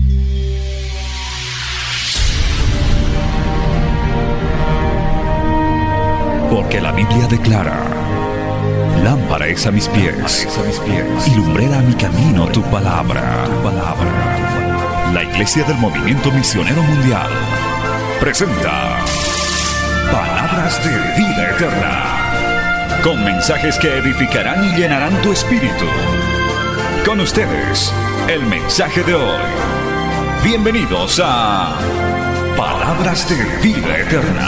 Porque la Biblia declara: lámpara es a mis pies y lumbrera a mi camino tu palabra. La Iglesia del Movimiento Misionero Mundial presenta Palabras de Vida Eterna, con mensajes que edificarán y llenarán tu espíritu. Con ustedes, el mensaje de hoy. Bienvenidos a Palabras de Vida Eterna.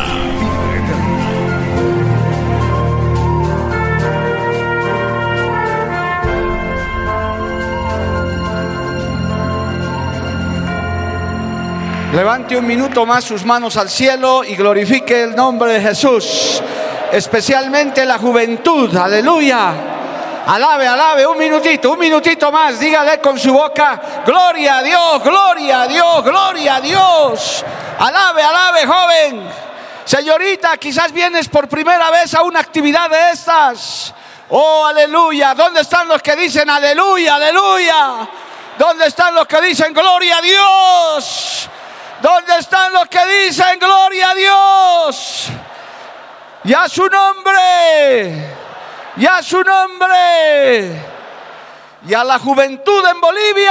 Levante un minuto más sus manos al cielo y glorifique el nombre de Jesús, especialmente la juventud. Aleluya. Alabe, un minutito más, dígale con su boca: gloria a Dios, gloria a Dios, gloria a Dios. Alabe, joven. Señorita, quizás vienes por primera vez a una actividad de estas. Oh, aleluya. ¿Dónde están los que dicen aleluya, aleluya? ¿Dónde están los que dicen gloria a Dios? ¿Dónde están los que dicen gloria a Dios? Y a su nombre, y a su nombre. Y a la juventud en Bolivia,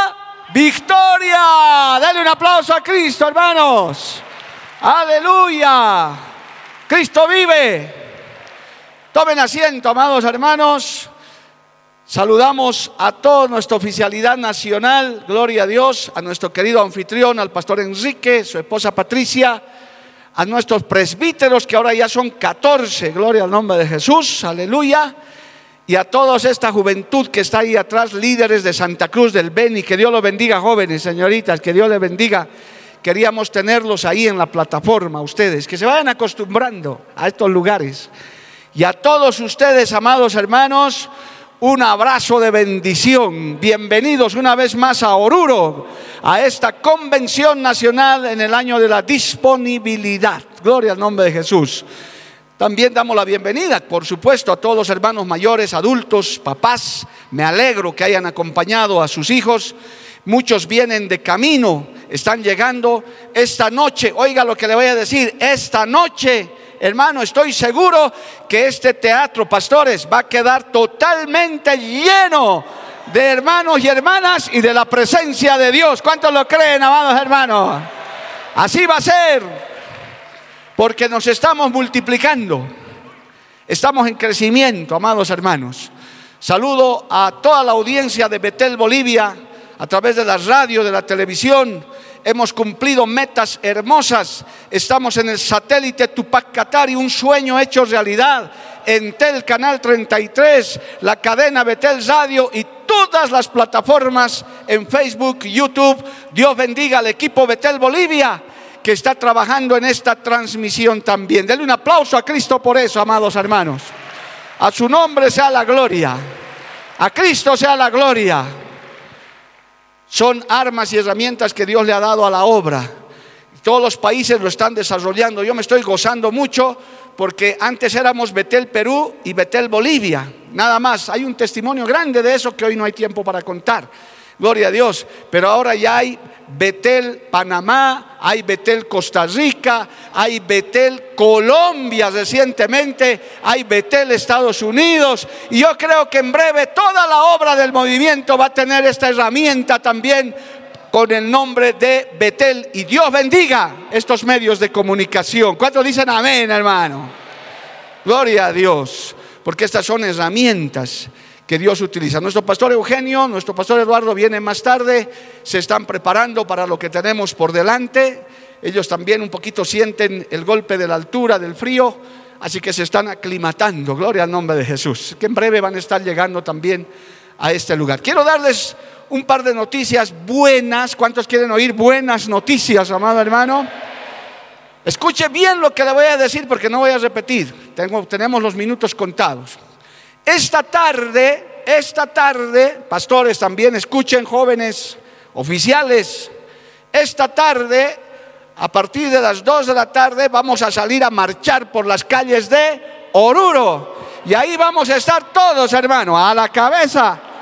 victoria. Dale un aplauso a Cristo, hermanos. Aleluya. Cristo vive. Tomen asiento, amados hermanos. Saludamos a toda nuestra oficialidad nacional, gloria a Dios, a nuestro querido anfitrión, al pastor Enrique, su esposa Patricia, a nuestros presbíteros, que ahora ya son 14, gloria al nombre de Jesús, aleluya, y a toda esta juventud que está ahí atrás, líderes de Santa Cruz del Beni. Que Dios los bendiga, jóvenes, señoritas, que Dios les bendiga. Queríamos tenerlos ahí en la plataforma, ustedes, que se vayan acostumbrando a estos lugares. Y a todos ustedes, amados hermanos, un abrazo de bendición. Bienvenidos una vez más a Oruro, a esta convención nacional en el año de la disponibilidad. Gloria al nombre de Jesús. También damos la bienvenida, por supuesto, a todos los hermanos mayores, adultos, papás. Me alegro que hayan acompañado a sus hijos. Muchos vienen de camino, están llegando esta noche. Oiga lo que le voy a decir: esta noche, hermano, estoy seguro que este teatro, pastores, va a quedar totalmente lleno de hermanos y hermanas y de la presencia de Dios. ¿Cuántos lo creen, amados hermanos? Así va a ser, porque nos estamos multiplicando, estamos en crecimiento, amados hermanos. Saludo a toda la audiencia de Betel, Bolivia, a través de la radio, de la televisión. Hemos cumplido metas hermosas. Estamos en el satélite Tupac Katari, un sueño hecho realidad. Entel Canal 33, la cadena Betel Radio y todas las plataformas en Facebook, YouTube. Dios bendiga al equipo Betel Bolivia, que está trabajando en esta transmisión también. Denle un aplauso a Cristo por eso, amados hermanos. A su nombre sea la gloria. A Cristo sea la gloria. Son armas y herramientas que Dios le ha dado a la obra. Todos los países lo están desarrollando. Yo me estoy gozando mucho porque antes éramos Betel Perú y Betel Bolivia, nada más. Hay un testimonio grande de eso que hoy no hay tiempo para contar. Gloria a Dios. Pero ahora ya hay Betel Panamá, hay Betel Costa Rica, hay Betel Colombia recientemente, hay Betel Estados Unidos. Y yo creo que en breve toda la obra del movimiento va a tener esta herramienta también con el nombre de Betel. Y Dios bendiga estos medios de comunicación. ¿Cuántos dicen amén, hermano? Gloria a Dios, porque estas son herramientas que Dios utiliza. Nuestro pastor Eugenio, nuestro pastor Eduardo vienen más tarde, se están preparando para lo que tenemos por delante. Ellos también un poquito sienten el golpe de la altura, del frío, así que se están aclimatando. Gloria al nombre de Jesús, que en breve van a estar llegando también a este lugar. Quiero darles un par de noticias buenas. ¿Cuántos quieren oír buenas noticias, amado hermano? Escuche bien lo que le voy a decir, porque no voy a repetir. Tenemos los minutos contados. Esta tarde, pastores también, escuchen, jóvenes, oficiales. Esta tarde, a partir de las 2 de la tarde, vamos a salir a marchar por las calles de Oruro. Y ahí vamos a estar todos, hermano, a la cabeza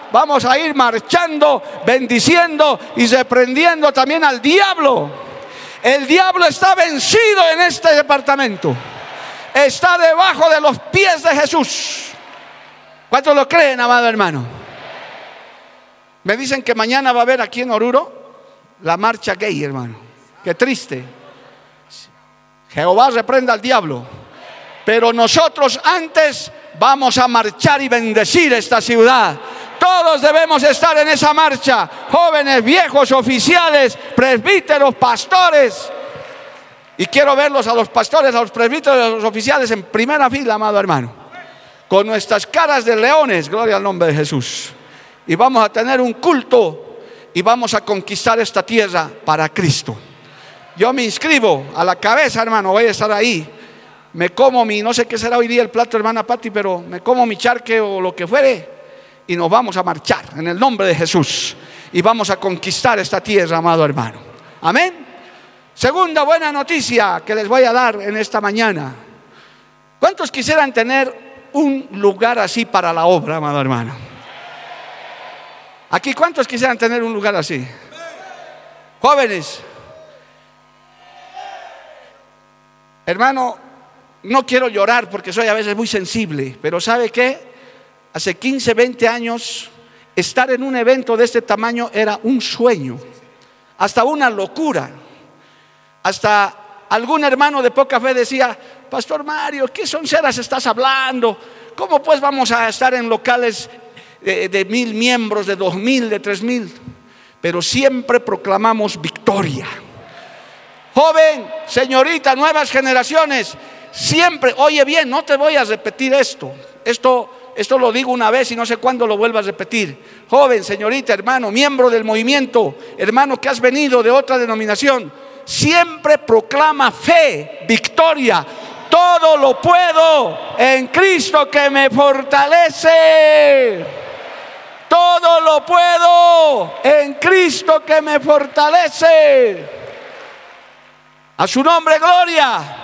vamos a ir marchando, bendiciendo y reprendiendo también al diablo. El diablo está vencido en este departamento. Está debajo de los pies de Jesús. ¿Cuántos lo creen, amado hermano? Me dicen que mañana va a haber aquí en Oruro la marcha gay, hermano. Qué triste. Jehová reprenda al diablo. Pero nosotros antes vamos a marchar y bendecir esta ciudad. Todos debemos estar en esa marcha. Jóvenes, viejos, oficiales, presbíteros, pastores. Y quiero verlos a los pastores, a los presbíteros y a los oficiales en primera fila, amado hermano. Con nuestras caras de leones, gloria al nombre de Jesús. Y vamos a tener un culto y vamos a conquistar esta tierra para Cristo. Yo me inscribo a la cabeza, hermano, voy a estar ahí. Me como no sé qué será hoy día el plato, hermana Pati, pero me como mi charque o lo que fuere y nos vamos a marchar en el nombre de Jesús. Y vamos a conquistar esta tierra, amado hermano. Amén. Segunda buena noticia que les voy a dar en esta mañana. ¿Cuántos quisieran tener un lugar así para la obra, amado hermano? Aquí, ¿cuántos quisieran tener un lugar así? Jóvenes, hermano, no quiero llorar porque soy a veces muy sensible, pero ¿sabe qué? Hace 15, 20 años estar en un evento de este tamaño era un sueño, hasta una locura. Hasta algún hermano de poca fe decía: Pastor Mario, ¿qué sonceras estás hablando? ¿Cómo pues vamos a estar en locales de 1000 miembros, de 2000, de 3000? Pero siempre proclamamos victoria. Joven, señorita, nuevas generaciones, siempre, oye bien, no te voy a repetir esto lo digo una vez y no sé cuándo lo vuelvo a repetir. Joven, señorita, hermano, miembro del movimiento, hermano que has venido de otra denominación, siempre proclama fe, victoria. Todo lo puedo en Cristo que me fortalece. Todo lo puedo en Cristo que me fortalece. A su nombre, gloria.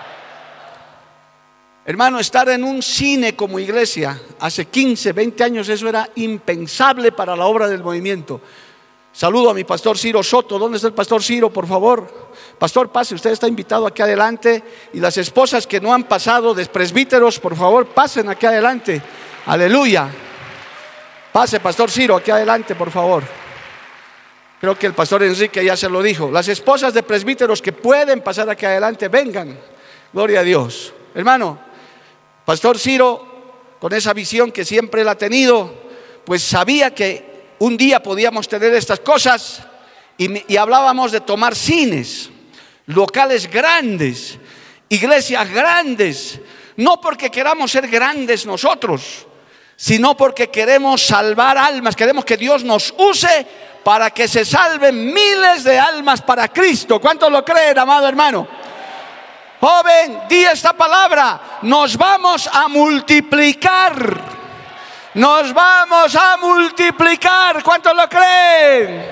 Hermano, estar en un cine como iglesia hace 15, 20 años, eso era impensable para la obra del movimiento. Saludo a mi pastor Ciro Soto. ¿Dónde está el pastor Ciro, por favor? Pastor, pase, usted está invitado aquí adelante. Y las esposas que no han pasado de presbíteros, por favor, pasen aquí adelante. Aleluya. Pase, pastor Ciro, aquí adelante, por favor. Creo que el pastor Enrique ya se lo dijo. Las esposas de presbíteros que pueden pasar aquí adelante, vengan. Gloria a Dios. Hermano, pastor Ciro, con esa visión que siempre él ha tenido, pues sabía que un día podíamos tener estas cosas y hablábamos de tomar cines, locales grandes, iglesias grandes, no porque queramos ser grandes nosotros, sino porque queremos salvar almas, queremos que Dios nos use para que se salven miles de almas para Cristo. ¿Cuántos lo creen, amado hermano? Joven, di esta palabra: nos vamos a multiplicar. Nos vamos a multiplicar. ¿Cuántos lo creen?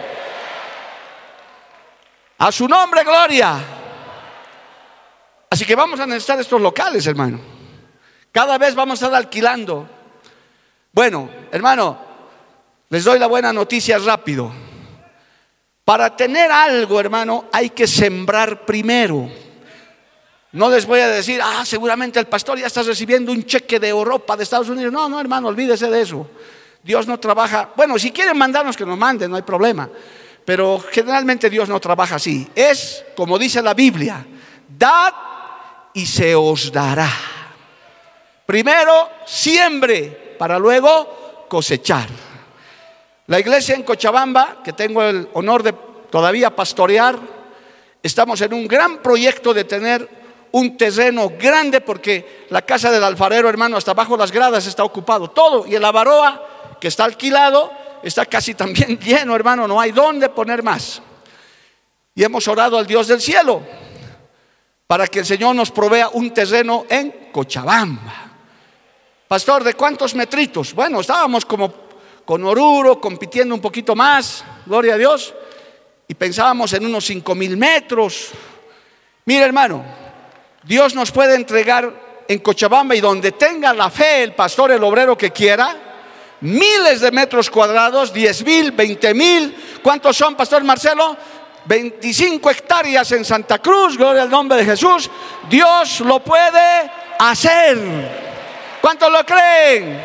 A su nombre, gloria. Así que vamos a necesitar estos locales, hermano. Cada vez vamos a estar alquilando. Bueno, hermano, les doy la buena noticia rápido. Para tener algo, hermano, hay que sembrar primero. No les voy a decir: seguramente el pastor ya está recibiendo un cheque de Europa, de Estados Unidos. No, hermano, olvídese de eso. Dios no trabaja. Bueno, si quieren mandarnos, que nos manden, no hay problema. Pero generalmente Dios no trabaja así. Es como dice la Biblia: dad y se os dará. Primero siembre para luego cosechar. La iglesia en Cochabamba, que tengo el honor de todavía pastorear, estamos en un gran proyecto de tener un terreno grande, porque la casa del alfarero, hermano, hasta abajo las gradas está ocupado todo, y el Avaroa, que está alquilado, está casi también lleno, hermano, no hay dónde poner más. Y hemos orado al Dios del cielo para que el Señor nos provea un terreno en Cochabamba. Pastor, ¿de cuántos metritos? Bueno, estábamos como con Oruro, compitiendo un poquito más, gloria a Dios, y pensábamos en unos 5000 metros. Mire, hermano, Dios nos puede entregar en Cochabamba, y donde tenga la fe el pastor, el obrero que quiera, miles de metros cuadrados, 10,000, 20,000. ¿Cuántos son, Pastor Marcelo? 25 hectáreas en Santa Cruz, gloria al nombre de Jesús. Dios lo puede hacer. ¿Cuántos lo creen?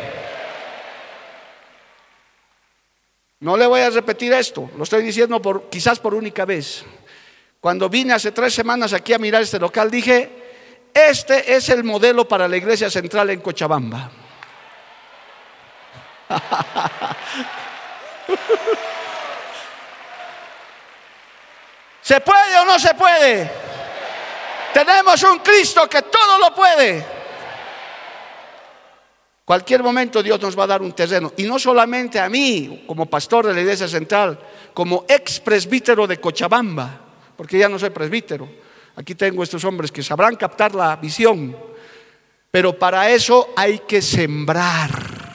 No le voy a repetir esto, lo estoy diciendo quizás por única vez. Cuando vine hace 3 semanas aquí a mirar este local, dije, este es el modelo para la iglesia central en Cochabamba. ¿Se puede o no se puede? Tenemos un Cristo que todo lo puede. Cualquier momento Dios nos va a dar un terreno. Y no solamente a mí, como pastor de la iglesia central, como ex presbítero de Cochabamba, porque ya no soy presbítero. Aquí tengo estos hombres que sabrán captar la visión. Pero para eso hay que sembrar,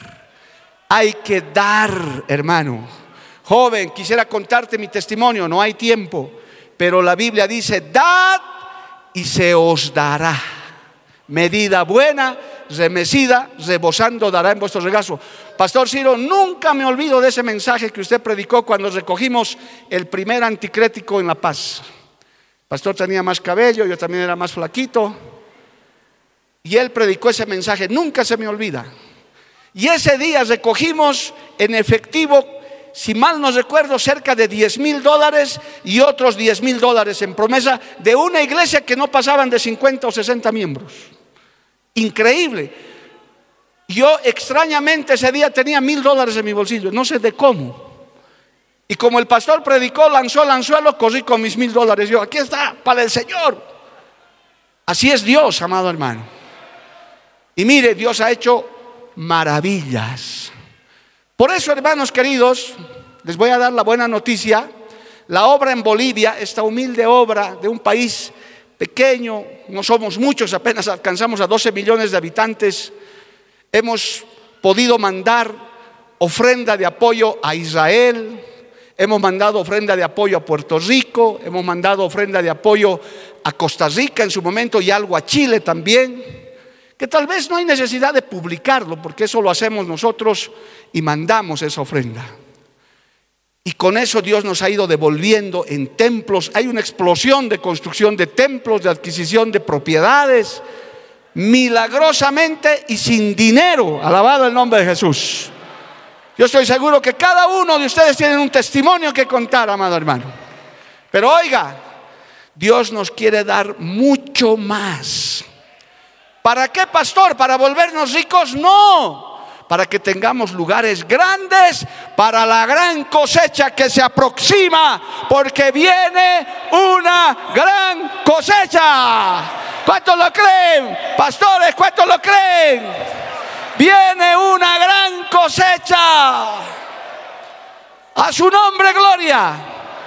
hay que dar, hermano. Joven, quisiera contarte mi testimonio, no hay tiempo. Pero la Biblia dice, dad y se os dará. Medida buena, remecida, rebosando dará en vuestro regazo. Pastor Ciro, nunca me olvido de ese mensaje que usted predicó cuando recogimos el primer anticrético en La Paz. El pastor tenía más cabello, yo también era más flaquito. Y él predicó ese mensaje, nunca se me olvida. Y ese día recogimos en efectivo, si mal no recuerdo, cerca de $10,000 y otros $10,000 en promesa de una iglesia que no pasaban de 50 o 60 miembros. Increíble. Yo extrañamente ese día tenía $1,000 en mi bolsillo, no sé de cómo. Y como el pastor predicó, lanzó el anzuelo, corrí con mis $1,000. Yo, aquí está, para el Señor. Así es Dios, amado hermano. Y mire, Dios ha hecho maravillas. Por eso, hermanos queridos, les voy a dar la buena noticia. La obra en Bolivia, esta humilde obra de un país pequeño, no somos muchos, apenas alcanzamos a 12 millones de habitantes. Hemos podido mandar ofrenda de apoyo a Israel, hemos mandado ofrenda de apoyo a Puerto Rico, hemos mandado ofrenda de apoyo a Costa Rica en su momento y algo a Chile también. Que tal vez no hay necesidad de publicarlo, porque eso lo hacemos nosotros y mandamos esa ofrenda. Y con eso Dios nos ha ido devolviendo en templos. Hay una explosión de construcción de templos, de adquisición de propiedades, milagrosamente y sin dinero. Alabado el nombre de Jesús. Yo estoy seguro que cada uno de ustedes tiene un testimonio que contar, amado hermano. Pero oiga, Dios nos quiere dar mucho más. ¿Para qué, pastor? ¿Para volvernos ricos? No, para que tengamos lugares grandes para la gran cosecha que se aproxima, porque viene una gran cosecha. ¿Cuántos lo creen? Pastores, ¿cuántos lo creen? Viene una gran cosecha. A su nombre, gloria.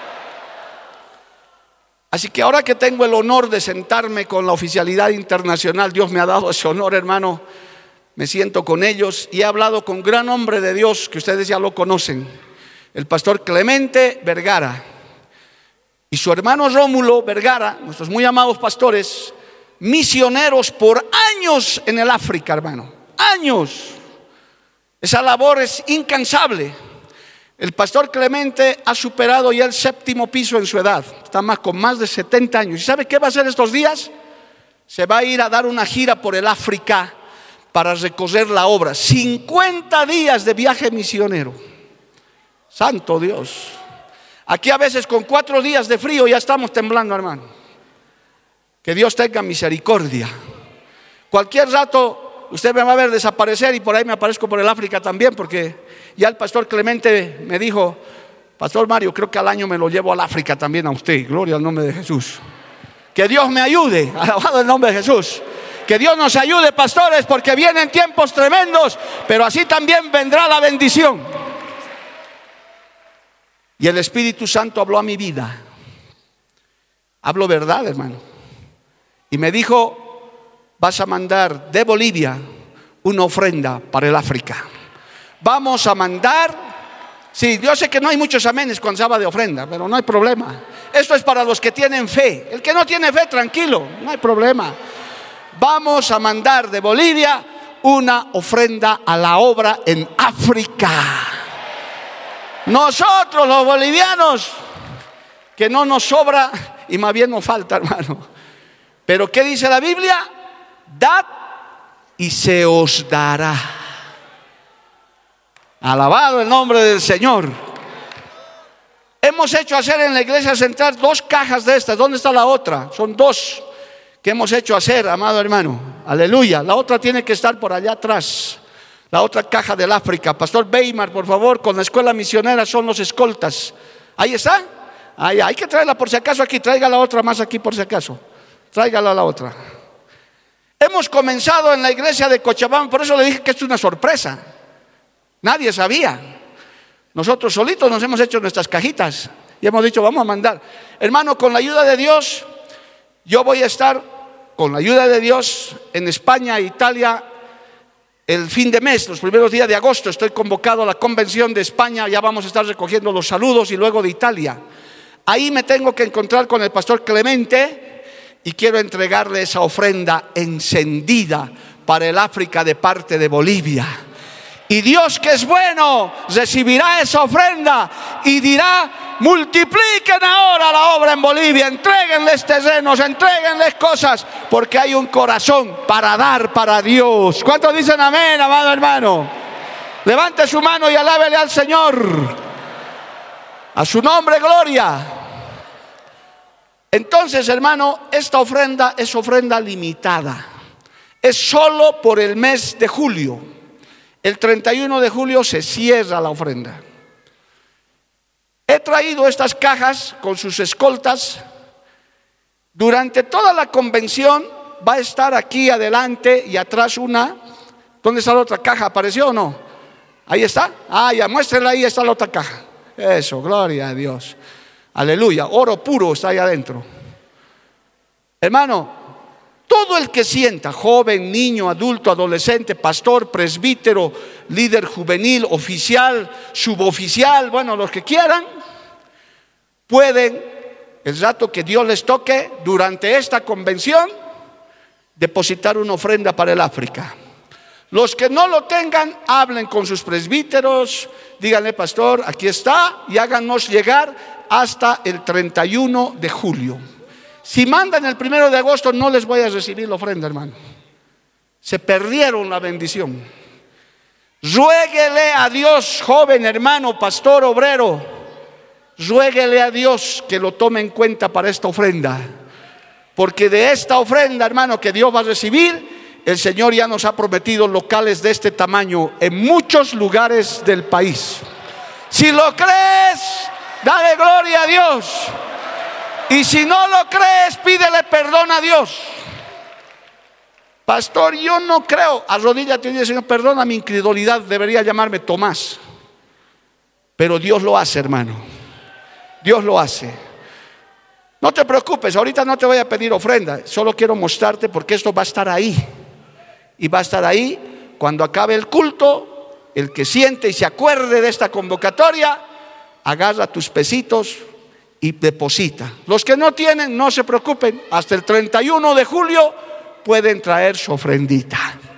Así que ahora que tengo el honor de sentarme con la oficialidad internacional, Dios me ha dado ese honor, hermano. Me siento con ellos y he hablado con gran hombre de Dios que ustedes ya lo conocen, el pastor Clemente Vergara y su hermano Rómulo Vergara, nuestros muy amados pastores, misioneros por años en el África, hermano, años. Esa labor es incansable. El pastor Clemente ha superado ya el 7º piso en su edad, está con más de 70 años. ¿Y sabe qué va a hacer estos días? Se va a ir a dar una gira por el África para recorrer la obra. 50 días de viaje misionero. Santo Dios. Aquí a veces con 4 días de frío ya estamos temblando, hermano. Que Dios tenga misericordia. Cualquier rato usted me va a ver desaparecer y por ahí me aparezco por el África también, porque ya el pastor Clemente me dijo: Pastor Mario, creo que al año me lo llevo al África también a usted. Gloria al nombre de Jesús. Que Dios me ayude, alabado el nombre de Jesús. Que Dios nos ayude, pastores, porque vienen tiempos tremendos, pero así también vendrá la bendición. Y el Espíritu Santo habló a mi vida. Hablo verdad, hermano. Y me dijo: vas a mandar de Bolivia una ofrenda para el África. Vamos a mandar. Sí, yo sé que no hay muchos amenes cuando se habla de ofrenda, pero no hay problema. Esto es para los que tienen fe. El que no tiene fe, tranquilo, no hay problema. Vamos a mandar de Bolivia una ofrenda a la obra en África. Nosotros los bolivianos, que no nos sobra y más bien nos falta, hermano. Pero ¿qué dice la Biblia? Dad y se os dará. Alabado el nombre del Señor. Hemos hecho hacer en la iglesia central 2 cajas de estas. ¿Dónde está la otra? Son 2 que hemos hecho hacer, amado hermano. Aleluya. La otra tiene que estar por allá atrás. La otra caja del África. Pastor Weimar, por favor, con la escuela misionera son los escoltas. Ahí está. Ahí, hay que traerla por si acaso aquí. Traiga la otra más aquí por si acaso. Tráigala la otra. Hemos comenzado en la iglesia de Cochabamba. Por eso le dije que esto es una sorpresa. Nadie sabía. Nosotros solitos nos hemos hecho nuestras cajitas y hemos dicho, vamos a mandar. Hermano, con la ayuda de Dios, yo voy a estar, con la ayuda de Dios, en España e Italia el fin de mes, los primeros días de agosto. Estoy convocado a la convención de España. Ya vamos a estar recogiendo los saludos, y luego de Italia. Ahí me tengo que encontrar con el pastor Clemente y quiero entregarle esa ofrenda encendida para el África de parte de Bolivia. Y Dios, que es bueno, recibirá esa ofrenda y dirá: multipliquen ahora la obra en Bolivia, entréguenles terrenos, entréguenles cosas, porque hay un corazón para dar para Dios. ¿Cuántos dicen amén, amado hermano? Levante su mano y alábele al Señor. A su nombre, gloria. Entonces, hermano, esta ofrenda es ofrenda limitada. Es solo por el mes de julio. El 31 de julio se cierra la ofrenda. He traído estas cajas con sus escoltas. Durante toda la convención va a estar aquí adelante y atrás una. ¿Dónde está la otra caja? ¿Apareció o no? Ahí está. Ya muéstrenla, ahí está la otra caja. Eso, gloria a Dios. Aleluya, oro puro está ahí adentro. Hermano, todo el que sienta, joven, niño, adulto, adolescente, pastor, presbítero, líder juvenil, oficial, suboficial, bueno, los que quieran, pueden, el rato que Dios les toque, durante esta convención, depositar una ofrenda para el África. Los que no lo tengan, hablen con sus presbíteros, díganle: pastor, aquí está, y háganos llegar hasta el 31 de julio. Si mandan el 1 de agosto, no les voy a recibir la ofrenda, hermano. Se perdieron la bendición. Ruéguele a Dios, joven, hermano, pastor, obrero. Ruéguele a Dios que lo tome en cuenta para esta ofrenda. Porque de esta ofrenda, hermano, que Dios va a recibir, el Señor ya nos ha prometido locales de este tamaño en muchos lugares del país. Si lo crees, dale gloria a Dios. Y si no lo crees, pídele perdón a Dios. Pastor, yo no creo. Arrodíllate y dice: Señor, perdona mi incredulidad, debería llamarme Tomás. Pero Dios lo hace, hermano. Dios lo hace. No te preocupes, ahorita no te voy a pedir ofrenda. Solo quiero mostrarte, porque esto va a estar ahí. Y va a estar ahí cuando acabe el culto. El que siente y se acuerde de esta convocatoria, agarra tus pesitos y deposita. Los que no tienen, no se preocupen. Hasta el 31 de julio pueden traer su ofrendita.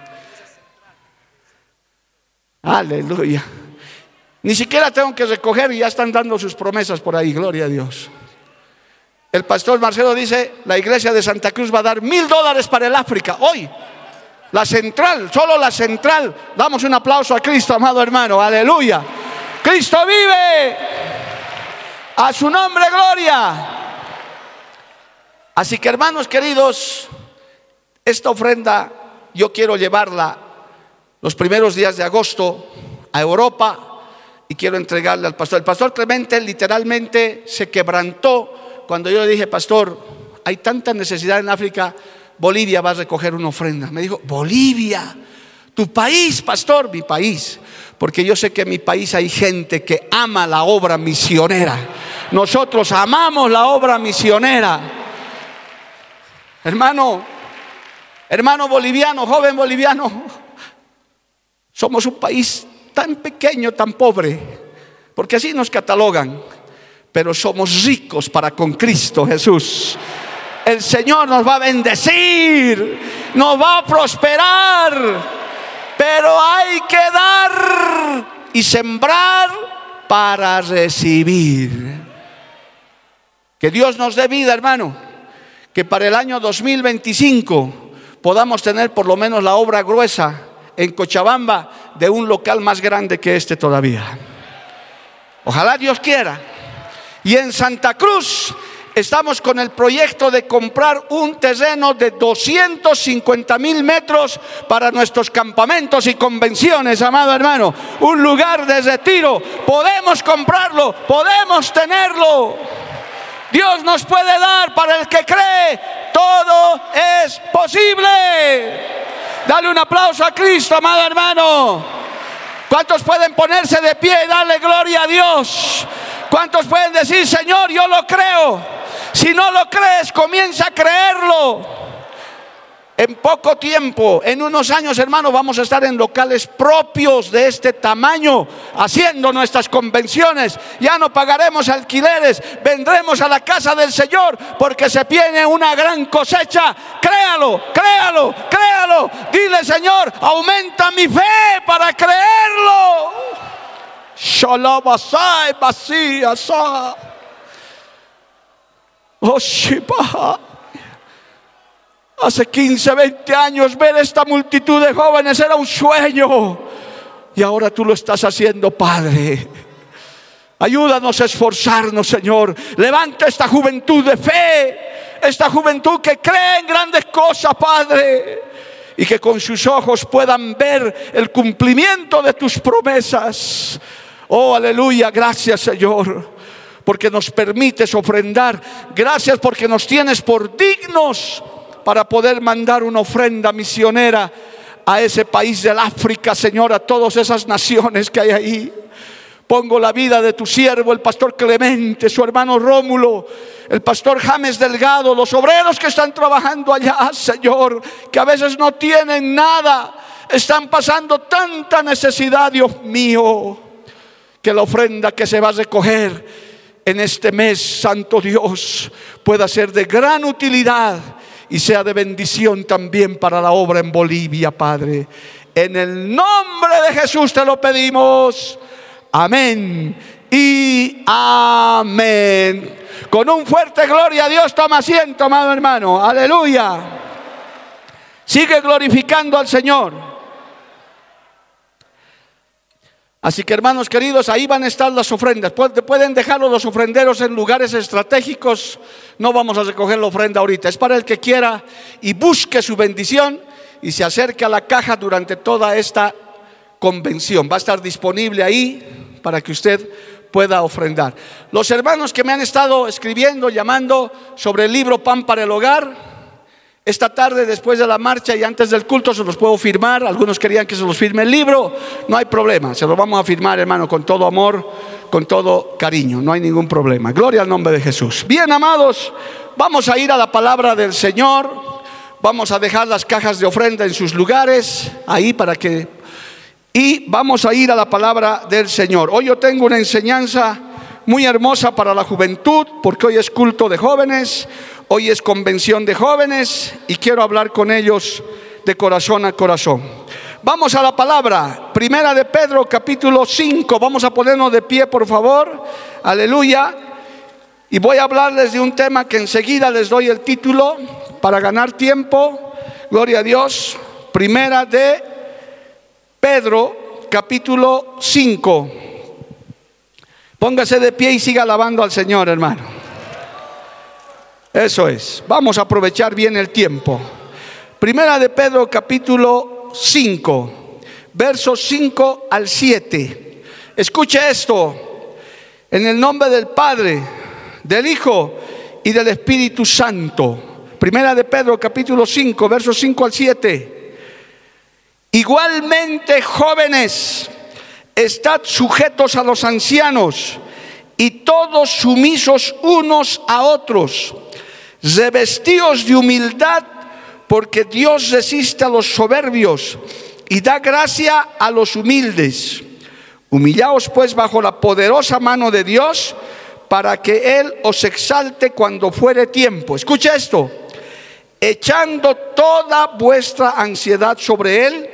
Aleluya. Ni siquiera tengo que recoger y ya están dando sus promesas por ahí. Gloria a Dios. El pastor Marcelo dice: la iglesia de Santa Cruz va a dar $1,000 para el África. Hoy, la central, solo la central. Damos un aplauso a Cristo, amado hermano. Aleluya. Cristo vive. A su nombre, gloria. Así que, hermanos queridos, esta ofrenda yo quiero llevarla los primeros días de agosto a Europa y quiero entregarle al pastor. El pastor Clemente literalmente se quebrantó cuando yo le dije: pastor, hay tanta necesidad en África, Bolivia va a recoger una ofrenda. Me dijo: Bolivia, tu país, pastor. Mi país, porque yo sé que en mi país hay gente que ama la obra misionera. Nosotros amamos la obra misionera. Hermano boliviano, joven boliviano, somos un país tan pequeño, tan pobre, porque así nos catalogan, pero somos ricos para con Cristo Jesús. El Señor nos va a bendecir, nos va a prosperar. pero hay que dar y sembrar para recibir. Que Dios nos dé vida, hermano, que para el año 2025 podamos tener por lo menos la obra gruesa en Cochabamba de un local más grande que este todavía. Ojalá Dios quiera. Y en Santa Cruz estamos con el proyecto de comprar un terreno de 250,000 metros para nuestros campamentos y convenciones, amado hermano. Un lugar de retiro. Podemos comprarlo, podemos tenerlo. Dios nos puede dar, para el que cree, todo es posible. Dale un aplauso a Cristo, amado hermano. ¿Cuántos pueden ponerse de pie y darle gloria a Dios? ¿Cuántos pueden decir, Señor, yo lo creo? Si no lo crees, comienza a creerlo. En poco tiempo, en unos años, hermanos, vamos a estar en locales propios de este tamaño, haciendo nuestras convenciones. Ya no pagaremos alquileres, vendremos a la casa del Señor, porque se viene una gran cosecha. Créalo, créalo, créalo. Dile, Señor, aumenta mi fe para creerlo. Shalabasai basiasa. Oshibaha. Hace 15, 20 años ver esta multitud de jóvenes era un sueño, y ahora tú lo estás haciendo, Padre. Ayúdanos a esforzarnos, Señor. Levanta esta juventud de fe, esta juventud que cree en grandes cosas, Padre, y que con sus ojos puedan ver el cumplimiento de tus promesas. Oh, aleluya. Gracias, Señor, porque nos permites ofrendar. Gracias porque nos tienes por dignos para poder mandar una ofrenda misionera a ese país del África, Señor, a todas esas naciones que hay ahí. Pongo la vida de tu siervo, el pastor Clemente, su hermano Rómulo, el pastor James Delgado, los obreros que están trabajando allá, Señor, que a veces no tienen nada, están pasando tanta necesidad, Dios mío. Que la ofrenda que se va a recoger en este mes, Santo Dios, pueda ser de gran utilidad y sea de bendición también para la obra en Bolivia, Padre. En el nombre de Jesús te lo pedimos. Amén y amén. Con un fuerte gloria a Dios, toma asiento, amado hermano. Aleluya. Sigue glorificando al Señor. Así que, hermanos queridos, ahí van a estar las ofrendas. Pueden dejarlo los ofrenderos en lugares estratégicos. No vamos a recoger la ofrenda ahorita. Es para el que quiera y busque su bendición y se acerque a la caja durante toda esta convención. Va a estar disponible ahí para que usted pueda ofrendar. Los hermanos que me han estado escribiendo, llamando sobre el libro Pan para el Hogar, esta tarde, después de la marcha y antes del culto, se los puedo firmar. Algunos querían que se los firme el libro. No hay problema, se los vamos a firmar, hermano, con todo amor, con todo cariño. No hay ningún problema. Gloria al nombre de Jesús. Bien, amados, vamos a ir a la palabra del Señor. Vamos a dejar las cajas de ofrenda en sus lugares, ahí para que... Y vamos a ir a la palabra del Señor. Hoy yo tengo una enseñanza muy hermosa para la juventud, porque hoy es culto de jóvenes. Hoy es convención de jóvenes y quiero hablar con ellos de corazón a corazón. Vamos a la palabra. Primera de Pedro, capítulo 5. Vamos a ponernos de pie, por favor. Aleluya. Y voy a hablarles de un tema que enseguida les doy el título para ganar tiempo. Gloria a Dios. Primera de Pedro, capítulo 5. Póngase de pie y siga alabando al Señor, hermano. Eso es, vamos a aprovechar bien el tiempo. Primera de Pedro, capítulo 5, versos 5 al 7. Escuche esto. En el nombre del Padre, del Hijo y del Espíritu Santo. Primera de Pedro, capítulo 5, versos 5 al 7. Igualmente, jóvenes, estad sujetos a los ancianos y todos sumisos unos a otros. Revestíos de humildad, porque Dios resiste a los soberbios y da gracia a los humildes. Humillaos pues bajo la poderosa mano de Dios, para que Él os exalte cuando fuere tiempo. Escucha esto: echando toda vuestra ansiedad sobre Él,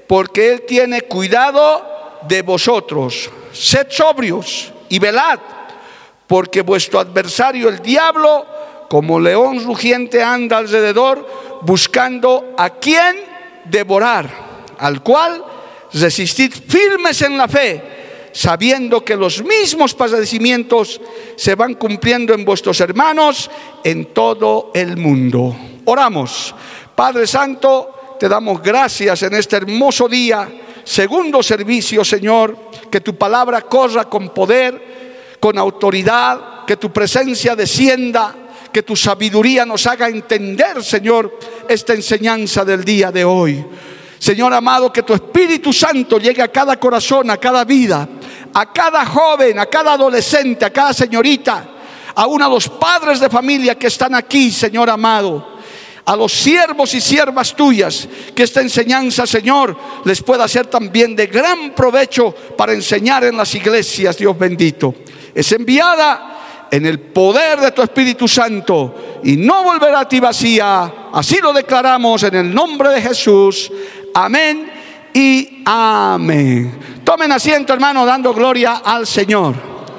porque Él tiene cuidado de vosotros. Sed sobrios y velad, porque vuestro adversario el diablo, como león rugiente, anda alrededor buscando a quien devorar, al cual resistid firmes en la fe, sabiendo que los mismos padecimientos se van cumpliendo en vuestros hermanos en todo el mundo. Oramos. Padre Santo, te damos gracias en este hermoso día, segundo servicio, Señor, que tu palabra corra con poder, con autoridad, que tu presencia descienda, que tu sabiduría nos haga entender, Señor, esta enseñanza del día de hoy. Señor amado, que tu Espíritu Santo llegue a cada corazón, a cada vida, a cada joven, a cada adolescente, a cada señorita, aún a los padres de familia que están aquí, Señor amado, a los siervos y siervas tuyas, que esta enseñanza, Señor, les pueda ser también de gran provecho para enseñar en las iglesias, Dios bendito. Es enviada en el poder de tu Espíritu Santo y no volverá a ti vacía. Así lo declaramos en el nombre de Jesús. Amén y amén. Tomen asiento, hermano, dando gloria al Señor.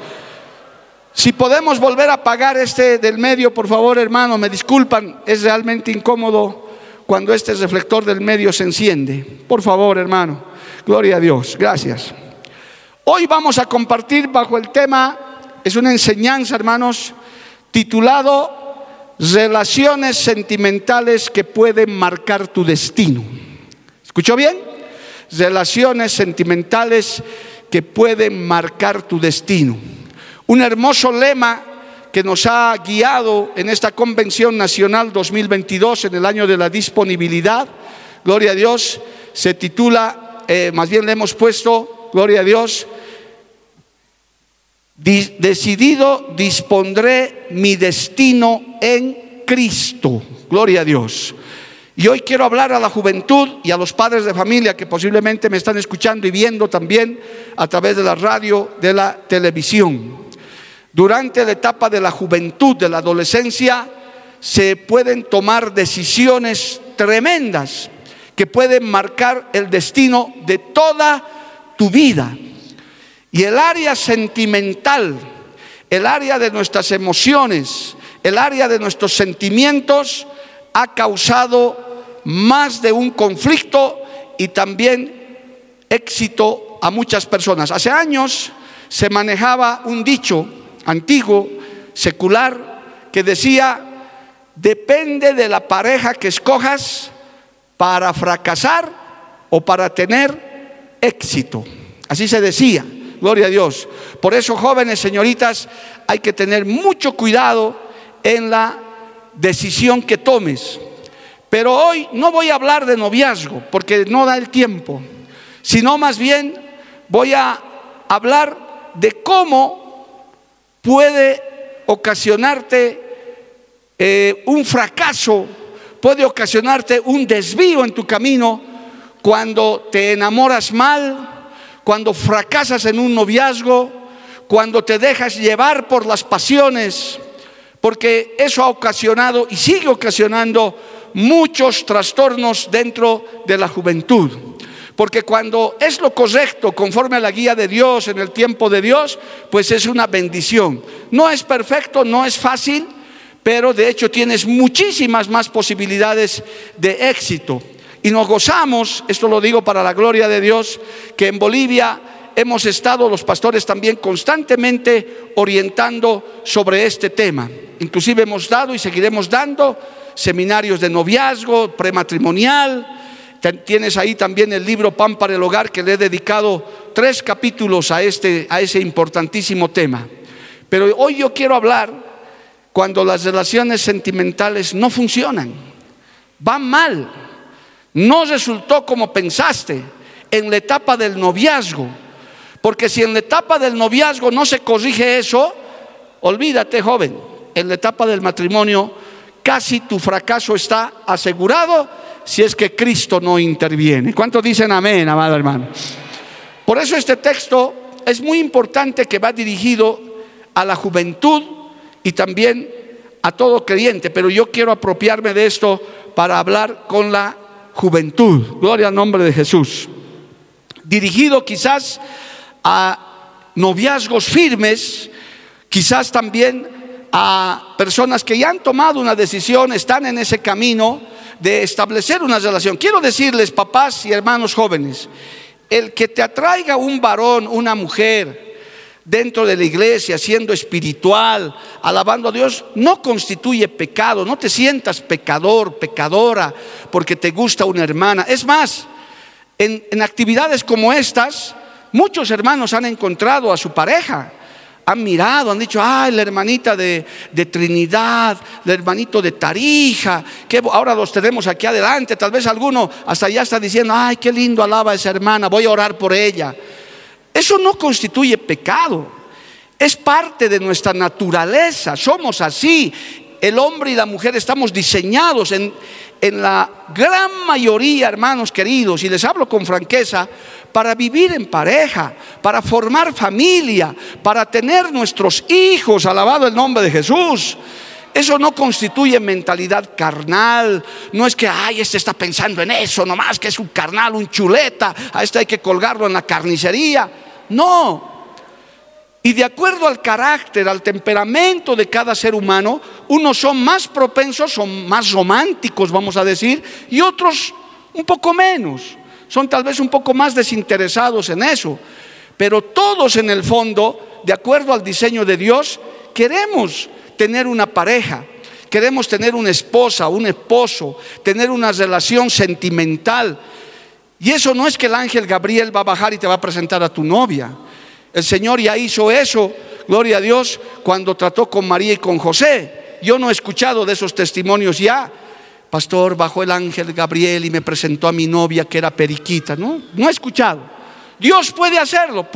Si podemos volver a apagar este del medio, por favor, hermano, me disculpan, es realmente incómodo cuando este reflector del medio se enciende. Por favor, hermano, gloria a Dios, gracias. Hoy vamos a compartir bajo el tema, es una enseñanza, hermanos, titulado Relaciones sentimentales que pueden marcar tu destino. ¿Escuchó bien? Relaciones sentimentales que pueden marcar tu destino. Un hermoso lema que nos ha guiado en esta Convención Nacional 2022, en el año de la disponibilidad, gloria a Dios, se titula, más bien le hemos puesto, gloria a Dios, decidido dispondré mi destino en Cristo, gloria a Dios. Y hoy quiero hablar a la juventud y a los padres de familia que posiblemente me están escuchando y viendo también a través de la radio, de la televisión. Durante la etapa de la juventud, de la adolescencia, se pueden tomar decisiones tremendas que pueden marcar el destino de toda tu vida. Y el área sentimental, el área de nuestras emociones, el área de nuestros sentimientos ha causado más de un conflicto y también éxito a muchas personas. Hace años se manejaba un dicho antiguo, secular, que decía: depende de la pareja que escojas para fracasar o para tener éxito. Así se decía, gloria a Dios. Por eso, jóvenes, señoritas, hay que tener mucho cuidado en la decisión que tomes. Pero hoy no voy a hablar de noviazgo porque no da el tiempo, sino más bien voy a hablar de cómo puede ocasionarte un fracaso, puede ocasionarte un desvío en tu camino cuando te enamoras mal, cuando fracasas en un noviazgo, cuando te dejas llevar por las pasiones, porque eso ha ocasionado y sigue ocasionando muchos trastornos dentro de la juventud. Porque cuando es lo correcto, conforme a la guía de Dios, en el tiempo de Dios, pues es una bendición. No es perfecto, no es fácil, pero de hecho tienes muchísimas más posibilidades de éxito. Y nos gozamos, esto lo digo para la gloria de Dios, que en Bolivia hemos estado los pastores también constantemente orientando sobre este tema. Inclusive hemos dado y seguiremos dando seminarios de noviazgo, prematrimonial. Tienes ahí también el libro Pan para el Hogar, que le he dedicado 3 capítulos a ese importantísimo tema. Pero hoy yo quiero hablar cuando las relaciones sentimentales no funcionan, van mal, no resultó como pensaste en la etapa del noviazgo. Porque si en la etapa del noviazgo no se corrige eso, olvídate, joven, en la etapa del matrimonio casi tu fracaso está asegurado si es que Cristo no interviene. ¿Cuántos dicen amén, amado hermano? Por eso este texto es muy importante, que va dirigido a la juventud y también a todo creyente, pero yo quiero apropiarme de esto para hablar con la juventud. Gloria al nombre de Jesús. dirigido quizás a noviazgos firmes, quizás también a personas que ya han tomado una decisión, están en ese camino de establecer una relación. Quiero decirles, papás y hermanos jóvenes, el que te atraiga un varón, una mujer dentro de la iglesia, siendo espiritual, alabando a Dios, no constituye pecado. No te sientas pecador, pecadora, porque te gusta una hermana. Es más, en actividades como estas, muchos hermanos han encontrado a su pareja, han mirado, han dicho: ay, la hermanita de Trinidad, el hermanito de Tarija, que ahora los tenemos aquí adelante. Tal vez alguno hasta allá está diciendo: ay, qué lindo alaba a esa hermana, voy a orar por ella. Eso no constituye pecado, es parte de nuestra naturaleza, somos así. El hombre y la mujer estamos diseñados en la gran mayoría, hermanos queridos, y les hablo con franqueza, para vivir en pareja, para formar familia, para tener nuestros hijos, alabado el nombre de Jesús. Eso no constituye mentalidad carnal. No es que, ay, este está pensando en eso nomás, que es un carnal, un chuleta, a este hay que colgarlo en la carnicería. No. Y de acuerdo al carácter, al temperamento de cada ser humano, unos son más propensos, son más románticos, vamos a decir, y otros un poco menos, son tal vez un poco más desinteresados en eso. Pero todos en el fondo, de acuerdo al diseño de Dios, queremos tener una pareja, queremos tener una esposa, un esposo, tener una relación sentimental. Y eso no es que el ángel Gabriel va a bajar y te va a presentar a tu novia. El Señor ya hizo eso, gloria a Dios, cuando trató con María y con José. Yo no he escuchado de esos testimonios ya. Pastor, bajó el ángel Gabriel y me presentó a mi novia que era periquita. No he escuchado. Dios puede hacerlo,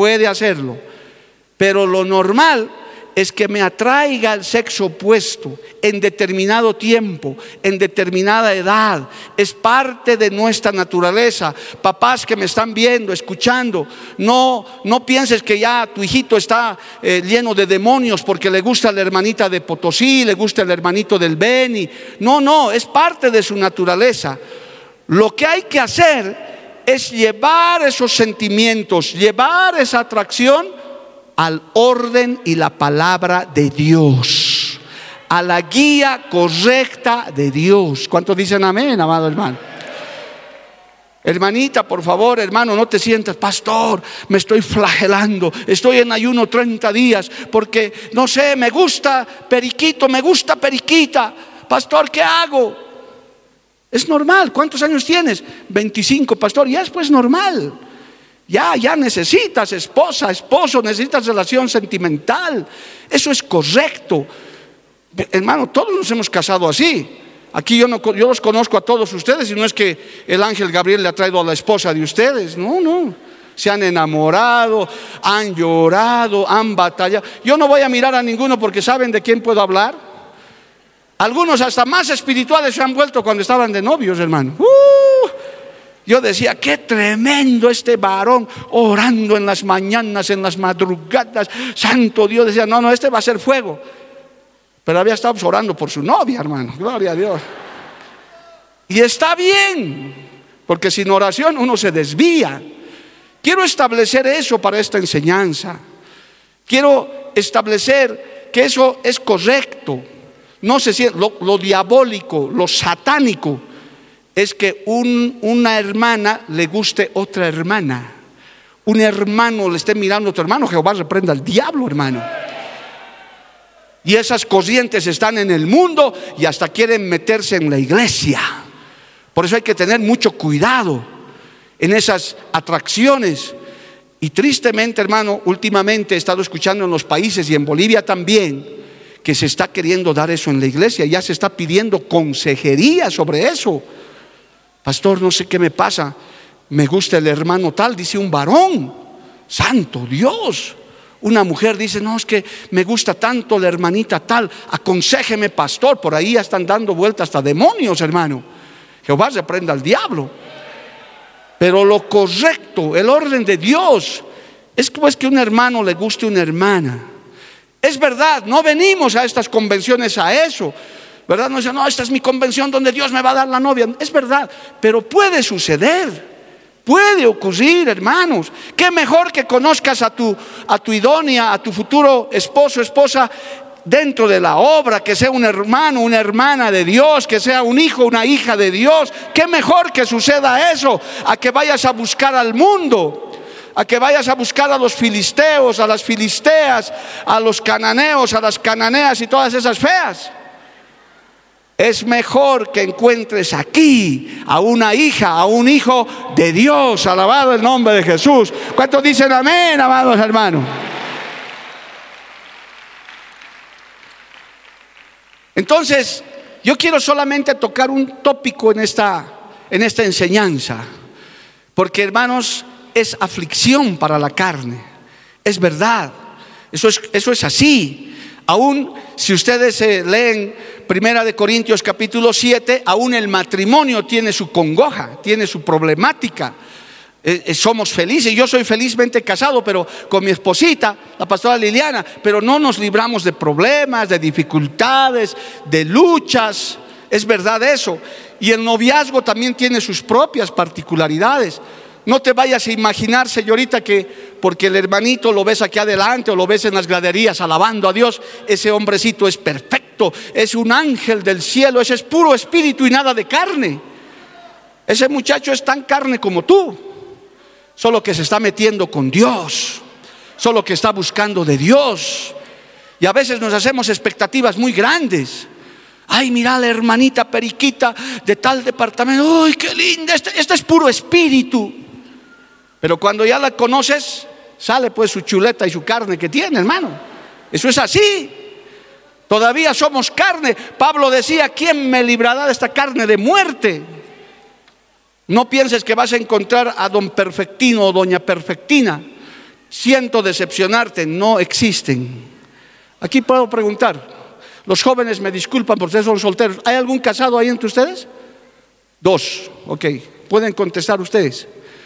pero lo normal es que me atraiga el sexo opuesto en determinado tiempo, en determinada edad. Es parte de nuestra naturaleza. Papás que me están viendo, escuchando, no pienses que ya tu hijito está lleno de demonios porque le gusta la hermanita de Potosí, le gusta el hermanito del Beni. No, es parte de su naturaleza. Lo que hay que hacer es llevar esos sentimientos, llevar esa atracción al orden y la palabra de Dios, a la guía correcta de Dios. ¿Cuántos dicen amén, amado hermano? Hermanita, por favor, hermano, no te sientas: pastor, me estoy flagelando, estoy en ayuno 30 días porque no sé, me gusta periquito, me gusta periquita. Pastor, ¿qué hago? Es normal. ¿Cuántos años tienes? 25, pastor. Ya es pues normal. Ya necesitas esposa, esposo, necesitas relación sentimental. Eso es correcto. Hermano, todos nos hemos casado así. Aquí yo los conozco a todos ustedes, y no es que el ángel Gabriel le ha traído a la esposa de ustedes. No. Se han enamorado, han llorado, han batallado. Yo no voy a mirar a ninguno porque ¿saben de quién puedo hablar? Algunos hasta más espirituales se han vuelto cuando estaban de novios, hermano. Yo decía: qué tremendo este varón, orando en las mañanas, en las madrugadas, santo Dios. Decía: no, este va a ser fuego. Pero había estado orando por su novia, hermano, gloria a Dios. Y está bien, porque sin oración uno se desvía. Quiero establecer eso para esta enseñanza. Quiero establecer que eso es correcto. No sé si lo diabólico, lo satánico es que una hermana le guste otra hermana, un hermano le esté mirando a otro hermano. Jehová reprenda al diablo, hermano. Y esas corrientes están en el mundo y hasta quieren meterse en la iglesia. Por eso hay que tener mucho cuidado en esas atracciones. Y tristemente, hermano, últimamente he estado escuchando en los países y en Bolivia también, que se está queriendo dar eso en la iglesia. Ya se está pidiendo consejería sobre eso. Pastor, no sé qué me pasa, me gusta el hermano tal, dice un varón. Santo Dios. Una mujer dice: no, es que me gusta tanto la hermanita tal, aconséjeme, pastor. Por ahí ya están dando vueltas hasta demonios, hermano. Jehová reprenda al diablo. Pero lo correcto, el orden de Dios, es pues que un hermano le guste una hermana. Es verdad, no venimos a estas convenciones a eso, ¿verdad? No dicen: no, esta es mi convención donde Dios me va a dar la novia. Es verdad, pero puede suceder Puede ocurrir, hermanos. Qué mejor que conozcas a tu idónea, a tu futuro esposo, esposa, dentro de la obra, que sea un hermano, una hermana de Dios, que sea un hijo, una hija de Dios. Qué mejor que suceda eso, a que vayas a buscar al mundo, a que vayas a buscar a los filisteos, a las filisteas, a los cananeos, a las cananeas y todas esas feas. Es mejor que encuentres aquí a una hija, a un hijo de Dios. Alabado el nombre de Jesús. ¿Cuántos dicen amén, amados hermanos? Entonces, yo quiero solamente tocar un tópico en esta enseñanza, porque, hermanos, es aflicción para la carne. Es verdad, eso es así. Aún si ustedes leen 1 Corintios capítulo 7, aún el matrimonio tiene su congoja, tiene su problemática. Somos felices, yo soy felizmente casado, pero con mi esposita, la pastora Liliana, pero no nos libramos de problemas, de dificultades, de luchas. Es verdad eso. Y el noviazgo también tiene sus propias particularidades. No te vayas a imaginar, señorita, que porque el hermanito lo ves aquí adelante o lo ves en las graderías alabando a Dios, ese hombrecito es perfecto, es un ángel del cielo, ese es puro espíritu y nada de carne. Ese muchacho es tan carne como tú, solo que se está metiendo con Dios, solo que está buscando de Dios. Y a veces nos hacemos expectativas muy grandes. Ay, mira la hermanita periquita de tal departamento, ¡ay, qué linda! Este es puro espíritu. Pero cuando ya la conoces, sale pues su chuleta y su carne que tiene, hermano. Eso es así. Todavía somos carne. Pablo decía: ¿quién me librará de esta carne de muerte? No pienses que vas a encontrar a don Perfectino o doña Perfectina. Siento decepcionarte, no existen. Aquí puedo preguntar, los jóvenes me disculpan porque ustedes son solteros. ¿Hay algún casado ahí entre ustedes? 2, ok, pueden contestar ustedes.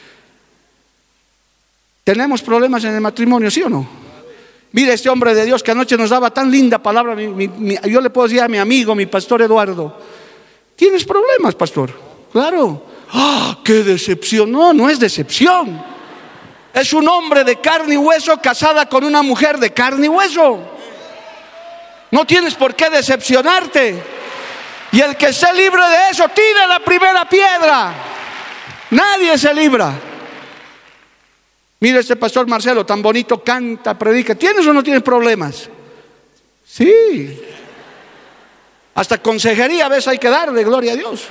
¿Tenemos problemas en el matrimonio, sí o no? Mire, este hombre de Dios que anoche nos daba tan linda palabra, yo le puedo decir a mi amigo, mi pastor Eduardo: ¿tienes problemas, pastor? Claro. ¡Ah, qué decepción! No, no es decepción. Es un hombre de carne y hueso casada con una mujer de carne y hueso. No tienes por qué decepcionarte. Y el que esté libre de eso, tira la primera piedra. Nadie se libra. Mira, este pastor Marcelo, tan bonito canta, predica. ¿Tienes o no tienes problemas? Sí. Hasta consejería a veces hay que darle, gloria a Dios.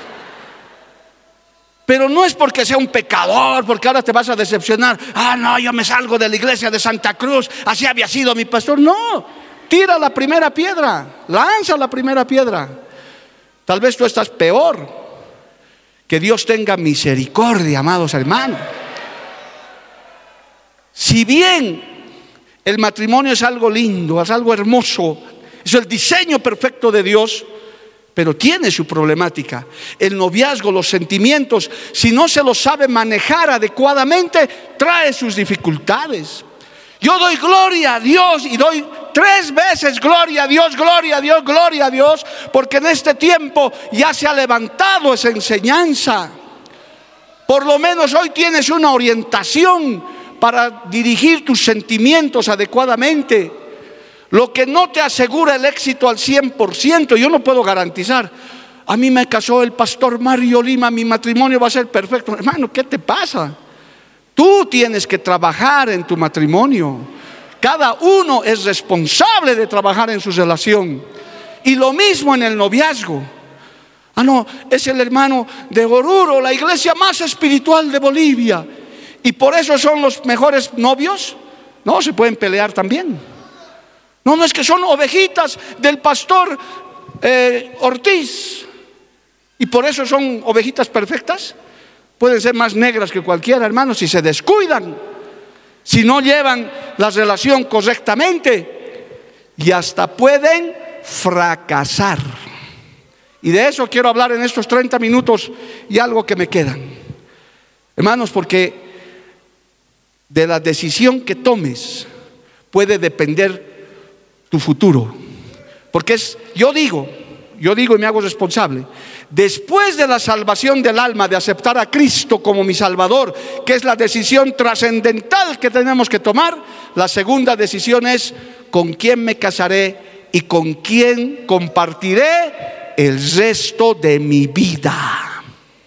Pero no es porque sea un pecador, porque ahora te vas a decepcionar. Ah, no, yo me salgo de la iglesia de Santa Cruz, así había sido mi pastor. No, tira la primera piedra, lanza la primera piedra. Tal vez tú estás peor. Que Dios tenga misericordia, amados hermanos. Si bien el matrimonio es algo lindo, es algo hermoso, es el diseño perfecto de Dios, pero tiene su problemática. El noviazgo, los sentimientos, si no se los sabe manejar adecuadamente, trae sus dificultades. Yo doy gloria a Dios y doy 3 veces gloria a Dios, gloria a Dios, gloria a Dios, porque en este tiempo ya se ha levantado esa enseñanza. Por lo menos hoy tienes una orientación para dirigir tus sentimientos adecuadamente. Lo que no te asegura el éxito al 100%, yo no puedo garantizar. A mí me casó el pastor Mario Lima, mi matrimonio va a ser perfecto. Hermano, ¿qué te pasa? Tú tienes que trabajar en tu matrimonio. Cada uno es responsable de trabajar en su relación. Y lo mismo en el noviazgo. Ah, no, es el hermano de Oruro, la iglesia más espiritual de Bolivia, y por eso son los mejores novios. No, se pueden pelear también. No es que son ovejitas del pastor Ortiz, y por eso son ovejitas perfectas. Pueden ser más negras que cualquiera, hermano, si se descuidan, si no llevan la relación correctamente, y hasta pueden fracasar. Y de eso quiero hablar en estos 30 minutos y algo que me quedan, hermanos, porque de la decisión que tomes puede depender tu futuro. Porque yo yo digo y me hago responsable, después de la salvación del alma, de aceptar a Cristo como mi Salvador, que es la decisión trascendental que tenemos que tomar, la segunda decisión es con quién me casaré y con quién compartiré el resto de mi vida.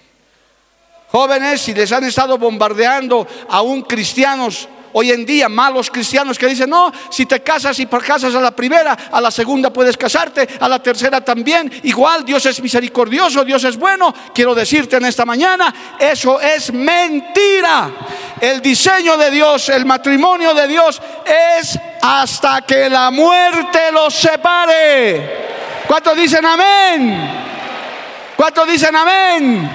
Jóvenes, si les han estado bombardeando aún cristianos hoy en día, malos cristianos que dicen: no, si te casas y casas a la primera, a la segunda puedes casarte, a la tercera también, igual Dios es misericordioso, Dios es bueno. Quiero decirte en esta mañana, eso es mentira. El diseño de Dios, el matrimonio de Dios es hasta que la muerte los separe. ¿Cuántos dicen amén? ¿Cuántos dicen amén?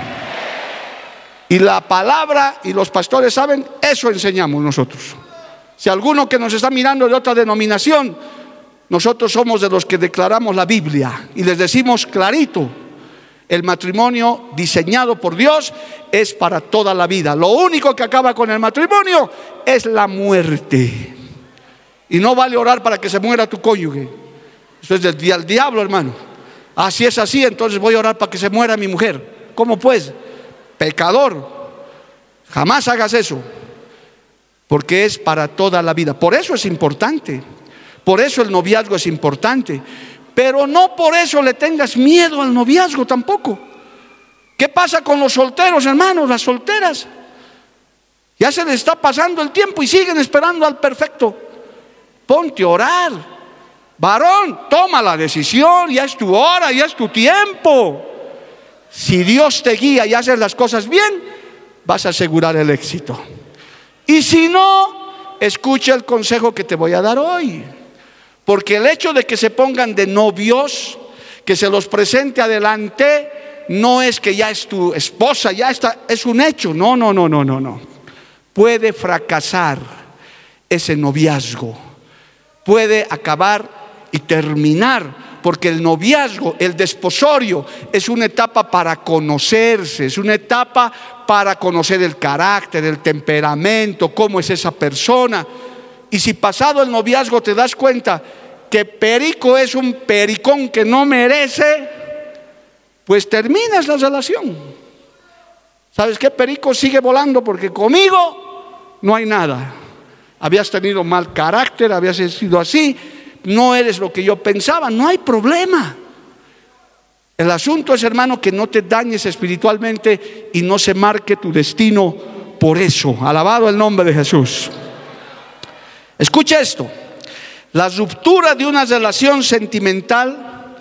Y la palabra y los pastores saben, eso enseñamos nosotros. Si alguno que nos está mirando de otra denominación, nosotros somos de los que declaramos la Biblia y les decimos clarito: el matrimonio diseñado por Dios es para toda la vida. Lo único que acaba con el matrimonio es la muerte. Y no vale orar para que se muera tu cónyuge. Eso es del diablo, hermano. Si es así, entonces voy a orar para que se muera mi mujer. ¿Cómo pues? Pecador, jamás hagas eso, porque es para toda la vida. Por eso es importante, por eso el noviazgo es importante, pero no por eso le tengas miedo al noviazgo tampoco. ¿Qué pasa con los solteros, hermanos, las solteras? Ya se les está pasando el tiempo y siguen esperando al perfecto. Ponte a orar, varón, toma la decisión, ya es tu hora, ya es tu tiempo. Si Dios te guía y haces las cosas bien, vas a asegurar el éxito. Y si no, escucha el consejo que te voy a dar hoy. Porque el hecho de que se pongan de novios, que se los presente adelante, no es que ya es tu esposa, ya está, es un hecho. No. Puede fracasar ese noviazgo, puede acabar y terminar. Porque el noviazgo, el desposorio, es una etapa para conocerse, es una etapa para conocer el carácter, el temperamento, cómo es esa persona. Y si pasado el noviazgo te das cuenta que perico es un pericón que no merece, pues terminas la relación. ¿Sabes qué? Perico, sigue volando, porque conmigo no hay nada. Habías tenido mal carácter, habías sido así, no eres lo que yo pensaba, no hay problema. El asunto es, hermano, que no te dañes espiritualmente y no se marque tu destino por eso. Alabado el nombre de Jesús. Escucha esto: la ruptura de una relación sentimental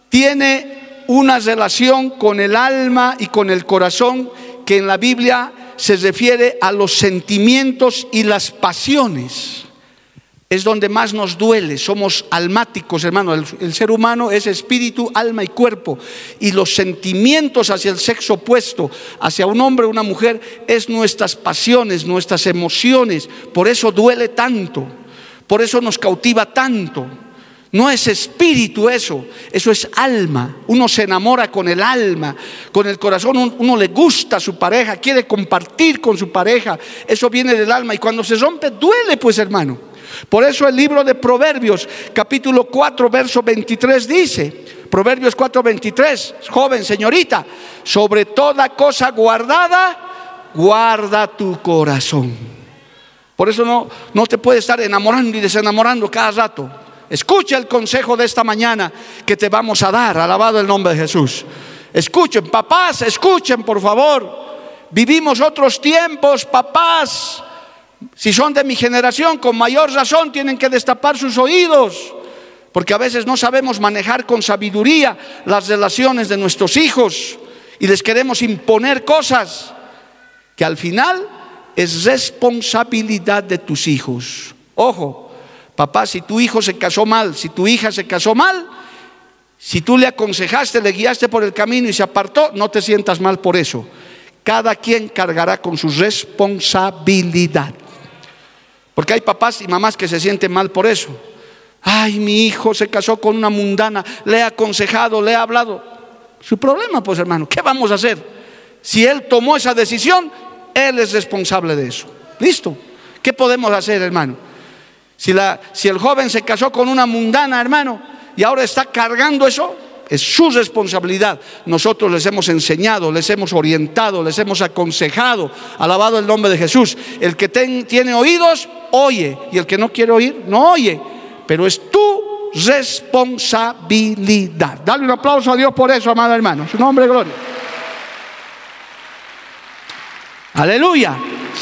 tiene una relación con el alma y con el corazón, que en la Biblia se refiere a los sentimientos y las pasiones. Es donde más nos duele. Somos almáticos, hermano. El ser humano es espíritu, alma y cuerpo. Y los sentimientos hacia el sexo opuesto, hacia un hombre o una mujer, es nuestras pasiones, nuestras emociones. Por eso duele tanto, por eso nos cautiva tanto. No es espíritu eso es alma. Uno se enamora con el alma, con el corazón. Uno le gusta a su pareja, quiere compartir con su pareja. Eso viene del alma, y cuando se rompe duele, pues, hermano. Por eso el libro de Proverbios, capítulo 4, verso 23 dice, Proverbios 4, 23, joven, señorita, sobre toda cosa guardada, guarda tu corazón. Por eso no te puedes estar enamorando y desenamorando cada rato. Escucha el consejo de esta mañana que te vamos a dar. Alabado el nombre de Jesús. Escuchen, papás, escuchen por favor. Vivimos otros tiempos, papás. Si son de mi generación, con mayor razón tienen que destapar sus oídos, porque a veces no sabemos manejar con sabiduría las relaciones de nuestros hijos y les queremos imponer cosas que al final es responsabilidad de tus hijos. Ojo, papá, si tu hijo se casó mal, si tu hija se casó mal, si tú le aconsejaste, le guiaste por el camino y se apartó, no te sientas mal por eso. Cada quien cargará con su responsabilidad. Porque hay papás y mamás que se sienten mal por eso. Ay, mi hijo se casó con una mundana, le he aconsejado, le he hablado. Su problema, pues, hermano, ¿qué vamos a hacer? Si él tomó esa decisión, él es responsable de eso. ¿Listo? ¿Qué podemos hacer, hermano? Si el joven se casó con una mundana, hermano, y ahora está cargando eso, Es su responsabilidad. Nosotros les hemos enseñado, les hemos orientado, les hemos aconsejado. Alabado el nombre de Jesús. El que tiene oídos, oye. Y el que no quiere oír, no oye. Pero es tu responsabilidad. Dale un aplauso a Dios por eso, amado hermano. Su nombre, gloria. Aleluya.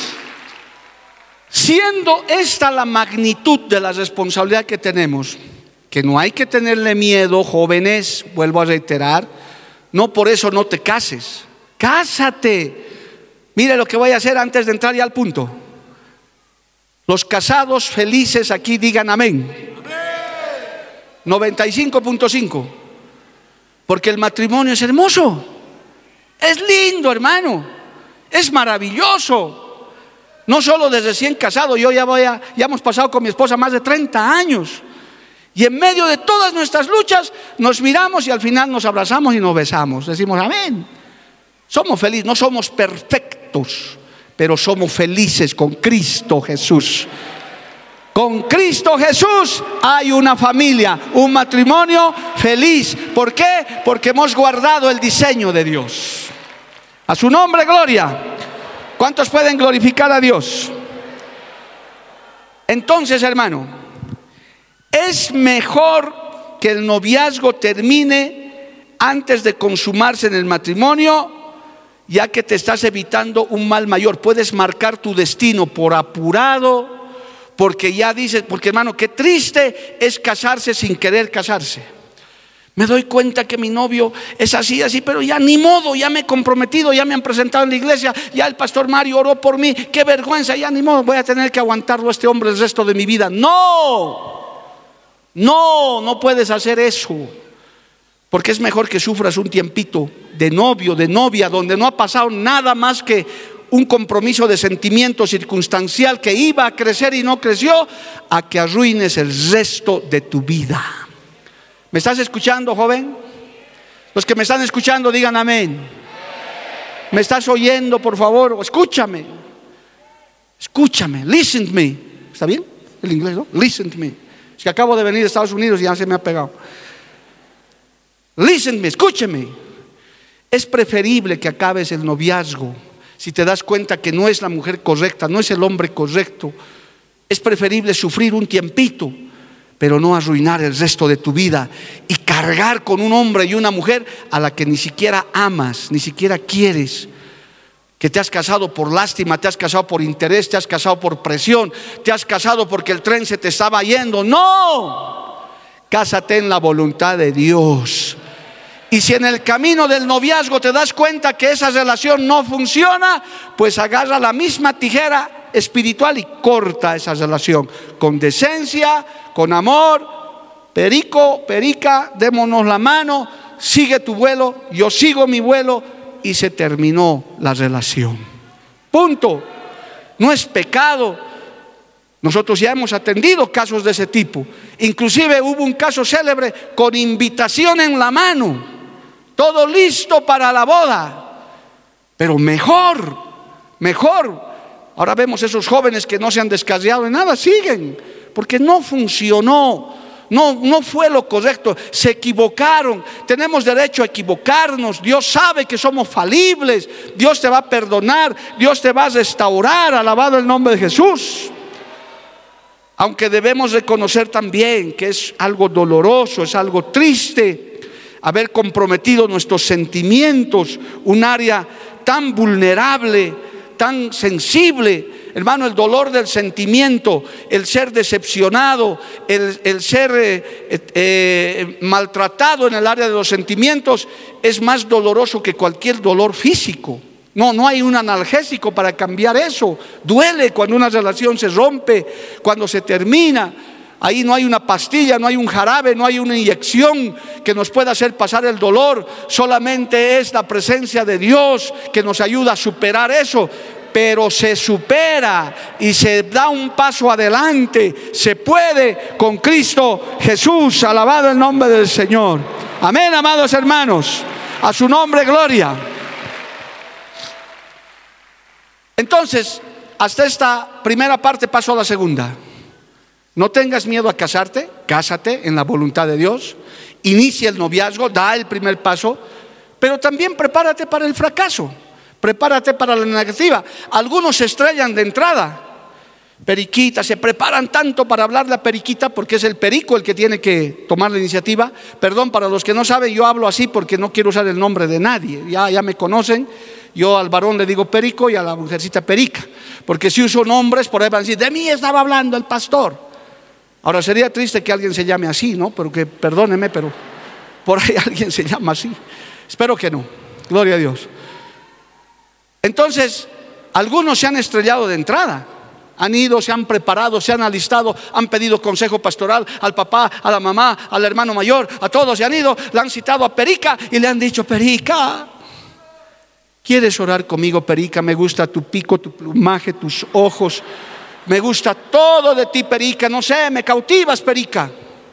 Siendo esta la magnitud de la responsabilidad que tenemos, que no hay que tenerle miedo, jóvenes, vuelvo a reiterar, no por eso no te cases, cásate. Mire lo que voy a hacer antes de entrar ya al punto. Los casados felices aquí digan amén. 95.5. Porque el matrimonio es hermoso, es lindo, hermano, es maravilloso. No solo de recién casado, yo ya hemos pasado con mi esposa más de 30 años. Y en medio de todas nuestras luchas nos miramos y al final nos abrazamos y nos besamos. Decimos amén. Somos felices, no somos perfectos, pero somos felices con Cristo Jesús. Con Cristo Jesús hay una familia, un matrimonio feliz. ¿Por qué? Porque hemos guardado el diseño de Dios. A su nombre, gloria. ¿Cuántos pueden glorificar a Dios? Entonces, hermano, es mejor que el noviazgo termine antes de consumarse en el matrimonio, ya que te estás evitando un mal mayor. Puedes marcar tu destino por apurado, porque ya dices, porque hermano, qué triste es casarse sin querer casarse. Me doy cuenta que mi novio es así, pero ya ni modo, ya me he comprometido, ya me han presentado en la iglesia, ya el pastor Mario oró por mí, qué vergüenza, ya ni modo, voy a tener que aguantarlo a este hombre el resto de mi vida. No puedes hacer eso, porque es mejor que sufras un tiempito de novio, de novia, donde no ha pasado nada más que un compromiso de sentimiento circunstancial que iba a crecer y no creció, a que arruines el resto de tu vida. ¿Me estás escuchando, joven? Los que me están escuchando digan amén. ¿Me estás oyendo, por favor? Escúchame. Listen to me. ¿Está bien el inglés, no? Listen to me. Es que acabo de venir de Estados Unidos y ya se me ha pegado. Listen to me, escúchame. Es preferible que acabes el noviazgo si te das cuenta que no es la mujer correcta, no es el hombre correcto. Es preferible sufrir un tiempito, pero no arruinar el resto de tu vida y cargar con un hombre y una mujer a la que ni siquiera amas, ni siquiera quieres. Que te has casado por lástima, te has casado por interés, te has casado por presión, te has casado porque el tren se te estaba yendo. No, cásate en la voluntad de Dios. Y si en el camino del noviazgo te das cuenta que esa relación no funciona, pues agarra la misma tijera espiritual y corta esa relación con decencia, con amor. Perica, démonos la mano, sigue tu vuelo, yo sigo mi vuelo, y se terminó la relación. Punto. No es pecado. Nosotros ya hemos atendido casos de ese tipo. Inclusive hubo un caso célebre con invitación en la mano, todo listo para la boda. Pero mejor. Ahora vemos esos jóvenes que no se han descarriado de nada, siguen, porque no funcionó. No fue lo correcto, se equivocaron. Tenemos derecho a equivocarnos. Dios sabe que somos falibles. Dios te va a perdonar, Dios te va a restaurar. Alabado el nombre de Jesús. Aunque debemos reconocer también que es algo doloroso, es algo triste haber comprometido nuestros sentimientos, un área tan vulnerable, tan sensible. Hermano, el dolor del sentimiento, el ser decepcionado, el ser maltratado en el área de los sentimientos es más doloroso que cualquier dolor físico. No hay un analgésico para cambiar eso. Duele cuando una relación se rompe, cuando se termina. Ahí no hay una pastilla, no hay un jarabe, no hay una inyección que nos pueda hacer pasar el dolor. Solamente es la presencia de Dios que nos ayuda a superar eso. Pero se supera y se da un paso adelante. Se puede con Cristo Jesús. Alabado el nombre del Señor. Amén, amados hermanos. A su nombre, gloria. Entonces, hasta esta primera parte paso a la segunda. No tengas miedo a casarte, cásate en la voluntad de Dios. inicia el noviazgo, da el primer paso, pero también prepárate para el fracaso, prepárate para la negativa. Algunos se estrellan de entrada, periquita, se preparan tanto para hablar la periquita, porque es el perico el que tiene que tomar la iniciativa. Perdón, para los que no saben, yo hablo así porque no quiero usar el nombre de nadie, ya me conocen. Yo al varón le digo perico y a la mujercita perica, porque si uso nombres, por ahí van a decir, de mí estaba hablando el pastor. Ahora sería triste que alguien se llame así, ¿no? Pero que, perdóneme, pero por ahí alguien se llama así. Espero que no, gloria a Dios. Entonces, algunos se han estrellado de entrada, han ido, se han preparado, se han alistado, han pedido consejo pastoral al papá, a la mamá, al hermano mayor, a todos, se han ido, le han citado a Perica y le han dicho, Perica, ¿quieres orar conmigo, Perica? Me gusta tu pico, tu plumaje, tus ojos, me gusta todo de ti, Perica, no sé, me cautivas, Perica.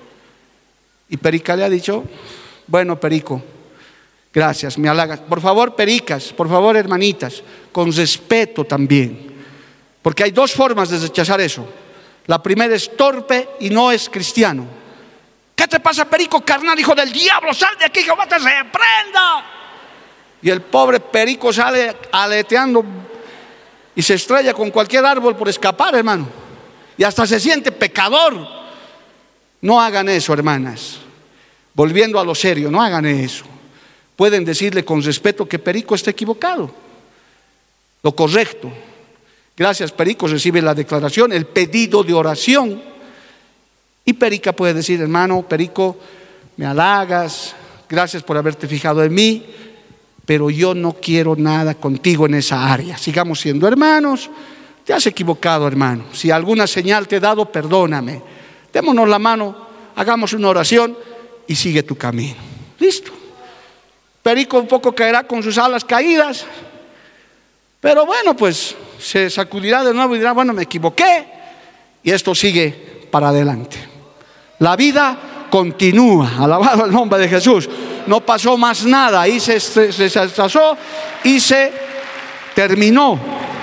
Y Perica le ha dicho, bueno, Perico, gracias, me halagas. Por favor, pericas, por favor, hermanitas, con respeto también. Porque hay dos formas de rechazar eso. La primera es torpe y no es cristiano. ¿Qué te pasa, perico carnal, hijo del diablo? Sal de aquí, Jehová te reprenda. Y el pobre perico sale aleteando y se estrella con cualquier árbol por escapar, hermano. Y hasta se siente pecador. No hagan eso, hermanas. Volviendo a lo serio, no hagan eso. Pueden decirle con respeto que perico está equivocado. Lo correcto. Gracias, perico, recibe la declaración, el pedido de oración. Y perica puede decir, hermano, perico, me halagas, gracias por haberte fijado en mí, pero yo no quiero nada contigo en esa área. Sigamos siendo hermanos. Te has equivocado, hermano. Si alguna señal te he dado, perdóname. Démonos la mano, hagamos una oración y sigue tu camino. Listo. Perico un poco caerá con sus alas caídas, pero bueno, pues se sacudirá de nuevo y dirá, bueno, me equivoqué, y esto sigue para adelante. La vida continúa, alabado el nombre de Jesús. No pasó más nada, ahí se atrasó y se terminó.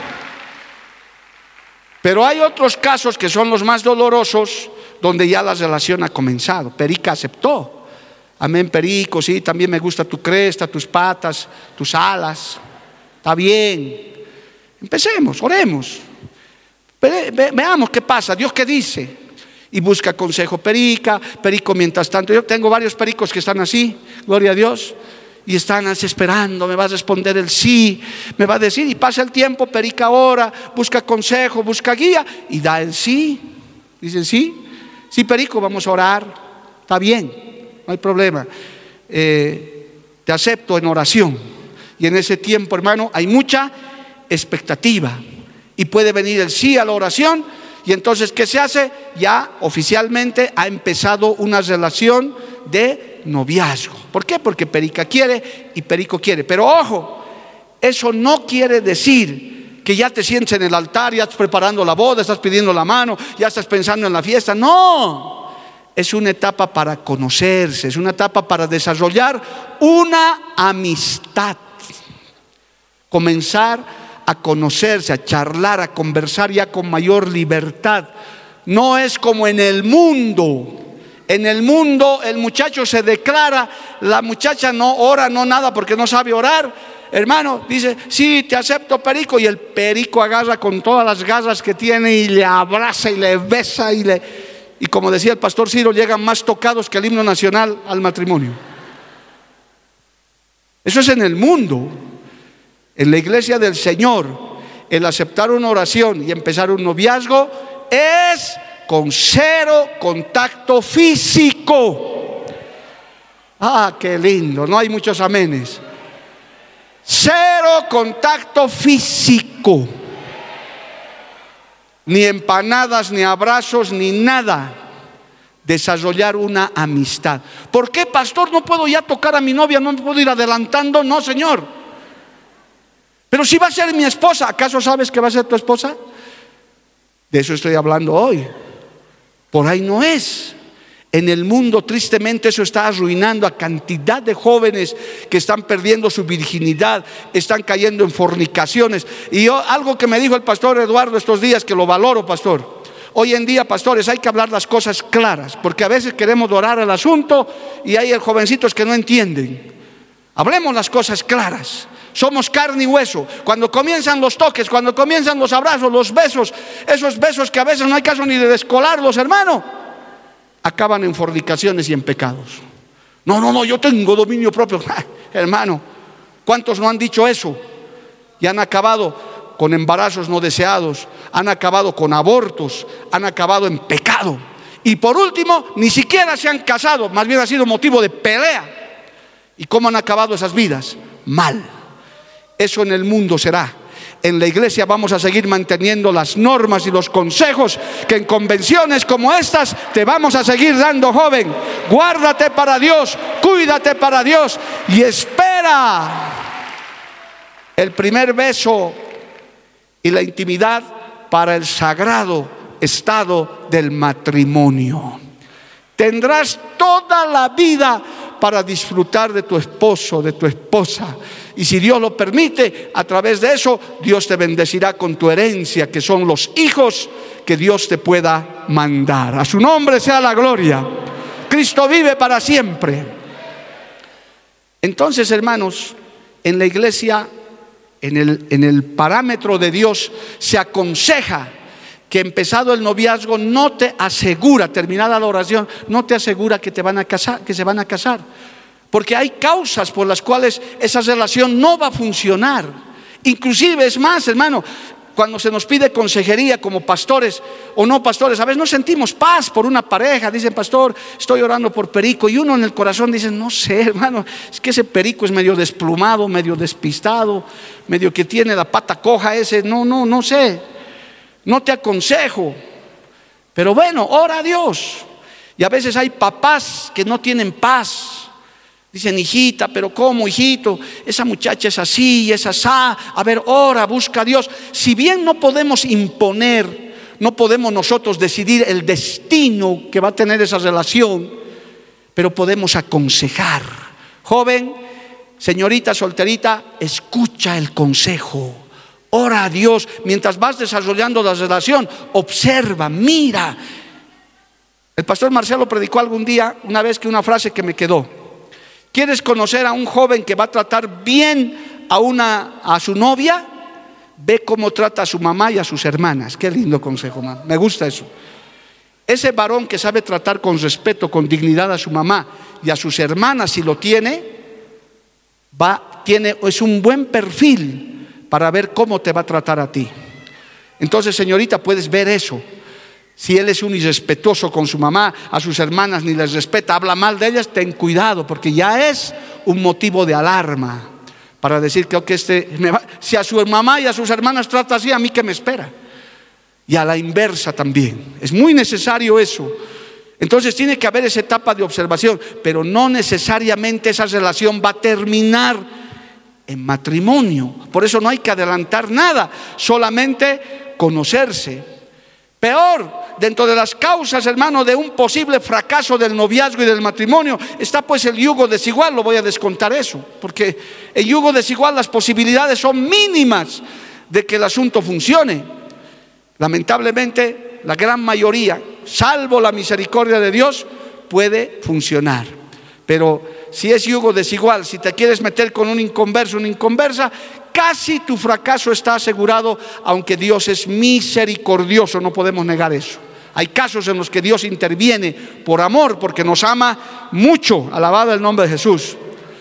Pero hay otros casos que son los más dolorosos, donde ya la relación ha comenzado. Perica aceptó. Amén, perico, sí, también me gusta tu cresta, tus patas, tus alas. Está bien. Empecemos, oremos. Veamos qué pasa, Dios qué dice. Y busca consejo perico, mientras tanto. Yo tengo varios pericos que están así, gloria a Dios, y están así esperando, me va a responder el sí, me va a decir, y pasa el tiempo, perica ora, busca consejo, busca guía, y da el sí. Dicen sí, perico, vamos a orar, está bien, no hay problema, te acepto en oración. Y en ese tiempo, hermano, hay mucha expectativa, y puede venir el sí a la oración. Y entonces, ¿qué se hace? Ya oficialmente ha empezado una relación de noviazgo. ¿Por qué? Porque perica quiere y perico quiere. Pero ojo, eso no quiere decir que ya te sientes en el altar, ya estás preparando la boda, estás pidiendo la mano, ya estás pensando en la fiesta. No, es una etapa para conocerse, es una etapa para desarrollar una amistad. Comenzar a conocerse, a charlar, a conversar ya con mayor libertad. No es como en el mundo. En el mundo el muchacho se declara, la muchacha no ora, no nada, porque no sabe orar. Hermano, dice, sí, te acepto, perico, y el perico agarra con todas las garras que tiene y le abraza y le besa y como decía el pastor Ciro, llegan más tocados que el himno nacional al matrimonio. Eso es en el mundo. En la iglesia del Señor, el aceptar una oración y empezar un noviazgo es con cero contacto físico. Ah, qué lindo, no hay muchos amenes. Cero contacto físico. Ni empanadas, ni abrazos, ni nada. Desarrollar una amistad. ¿Por qué, pastor? No puedo ya tocar a mi novia, no me puedo ir adelantando. No, Señor. Pero si va a ser mi esposa, ¿acaso sabes que va a ser tu esposa? De eso estoy hablando hoy. Por ahí no es. En el mundo, tristemente, eso está arruinando a cantidad de jóvenes que están perdiendo su virginidad, están cayendo en fornicaciones. Y algo que me dijo el pastor Eduardo estos días, que lo valoro, pastor. Hoy en día, pastores, hay que hablar las cosas claras, porque a veces queremos dorar el asunto y hay jovencitos que no entienden. Hablemos las cosas claras. Somos carne y hueso. Cuando comienzan los toques, cuando comienzan los abrazos, los besos, esos besos que a veces no hay caso ni de descolarlos, hermano, acaban en fornicaciones y en pecados. No, yo tengo dominio propio. Hermano, ¿cuántos no han dicho eso? Y han acabado con embarazos no deseados, han acabado con abortos, han acabado en pecado. Y por último, ni siquiera se han casado, más bien ha sido motivo de pelea. ¿Y cómo han acabado esas vidas? Mal. Eso en el mundo será. En la iglesia vamos a seguir manteniendo las normas y los consejos que en convenciones como estas te vamos a seguir dando, joven. Guárdate para Dios, cuídate para Dios y espera el primer beso y la intimidad para el sagrado estado del matrimonio. Tendrás toda la vida para disfrutar de tu esposo, de tu esposa. Y si Dios lo permite, a través de eso, Dios te bendecirá con tu herencia, que son los hijos que Dios te pueda mandar. A su nombre sea la gloria. Cristo vive para siempre. Entonces, hermanos, en la iglesia, en el parámetro de Dios, se aconseja que empezado el noviazgo no te asegura, terminada la oración, no te asegura que te van a casar, que se van a casar, porque hay causas por las cuales esa relación no va a funcionar. Inclusive es más, hermano, cuando se nos pide consejería como pastores o no pastores, a veces no sentimos paz por una pareja. Dicen, pastor, estoy orando por Perico, y uno en el corazón dice, no sé, hermano, es que ese Perico es medio desplumado, medio despistado, medio que tiene la pata coja ese, no sé. No te aconsejo, pero bueno, ora a Dios. Y a veces hay papás que no tienen paz. Dicen, hijita, pero ¿cómo, hijito? Esa muchacha es así y es asá. A ver, ora, busca a Dios. Si bien no podemos imponer, no podemos nosotros decidir el destino que va a tener esa relación, pero podemos aconsejar. Joven, señorita solterita, escucha el consejo. Ora a Dios mientras vas desarrollando la relación. Observa, mira. El pastor Marcelo predicó algún día, una vez, que una frase que me quedó: ¿quieres conocer a un joven que va a tratar bien a su novia? Ve cómo trata a su mamá y a sus hermanas. Qué lindo consejo, man. Me gusta eso. Ese varón que sabe tratar con respeto, con dignidad a su mamá y a sus hermanas, si lo tiene, es un buen perfil para ver cómo te va a tratar a ti. Entonces, señorita, puedes ver eso. Si él es un irrespetuoso con su mamá, a sus hermanas ni les respeta, habla mal de ellas, ten cuidado, porque ya es un motivo de alarma para decir que si a su mamá y a sus hermanas trata así, a mí ¿qué me espera? Y a la inversa también. Es muy necesario eso. Entonces tiene que haber esa etapa de observación, pero no necesariamente esa relación va a terminar en matrimonio. Por eso no hay que adelantar nada, solamente conocerse. Peor, dentro de las causas, hermano, de un posible fracaso del noviazgo y del matrimonio, está pues el yugo desigual. Lo voy a descontar eso, porque el yugo desigual, las posibilidades son mínimas de que el asunto funcione. Lamentablemente, la gran mayoría, salvo la misericordia de Dios, puede funcionar. Pero si es yugo desigual, si te quieres meter con un inconverso, una inconversa, casi tu fracaso está asegurado, aunque Dios es misericordioso, no podemos negar eso. Hay casos en los que Dios interviene por amor, porque nos ama mucho, alabado el nombre de Jesús.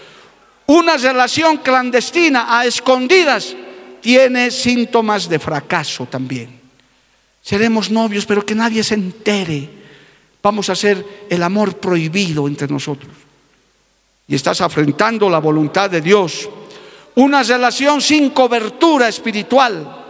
Una relación clandestina, a escondidas, tiene síntomas de fracaso también. Seremos novios, pero que nadie se entere. Vamos a hacer el amor prohibido entre nosotros. Y estás afrentando la voluntad de Dios. Una relación sin cobertura espiritual,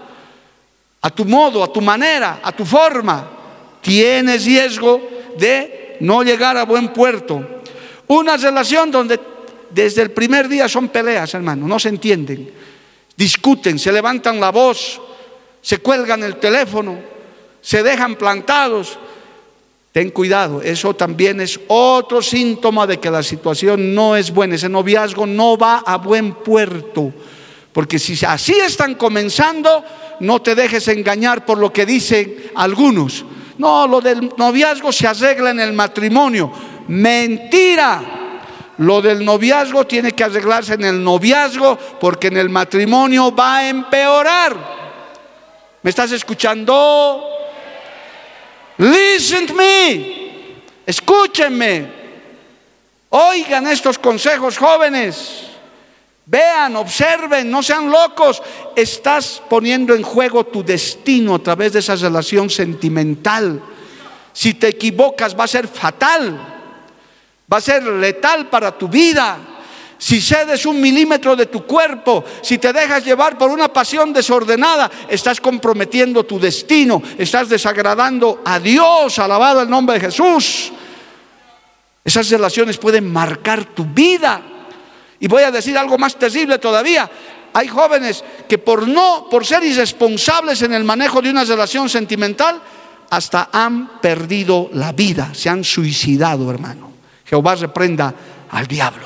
a tu modo, a tu manera, a tu forma, tienes riesgo de no llegar a buen puerto. Una relación donde desde el primer día son peleas, hermano, no se entienden, discuten, se levantan la voz, se cuelgan el teléfono, se dejan plantados. Ten cuidado, eso también es otro síntoma de que la situación no es buena. Ese noviazgo no va a buen puerto, porque si así están comenzando, no te dejes engañar por lo que dicen algunos. No, lo del noviazgo se arregla en el matrimonio. Mentira. Lo del noviazgo tiene que arreglarse en el noviazgo, porque en el matrimonio va a empeorar. ¿Me estás escuchando? Listen to me. Escúchenme. Oigan estos consejos, jóvenes. Vean, observen, no sean locos. Estás poniendo en juego tu destino a través de esa relación sentimental. Si te equivocas, va a ser fatal. Va a ser letal para tu vida. Si cedes 1 milímetro de tu cuerpo, si te dejas llevar por una pasión desordenada, estás comprometiendo tu destino. Estás desagradando a Dios. Alabado el nombre de Jesús. Esas relaciones pueden marcar tu vida. Y voy a decir algo más terrible todavía. Hay jóvenes que por ser irresponsables en el manejo de una relación sentimental, hasta han perdido la vida, se han suicidado, hermano. Jehová reprenda al diablo.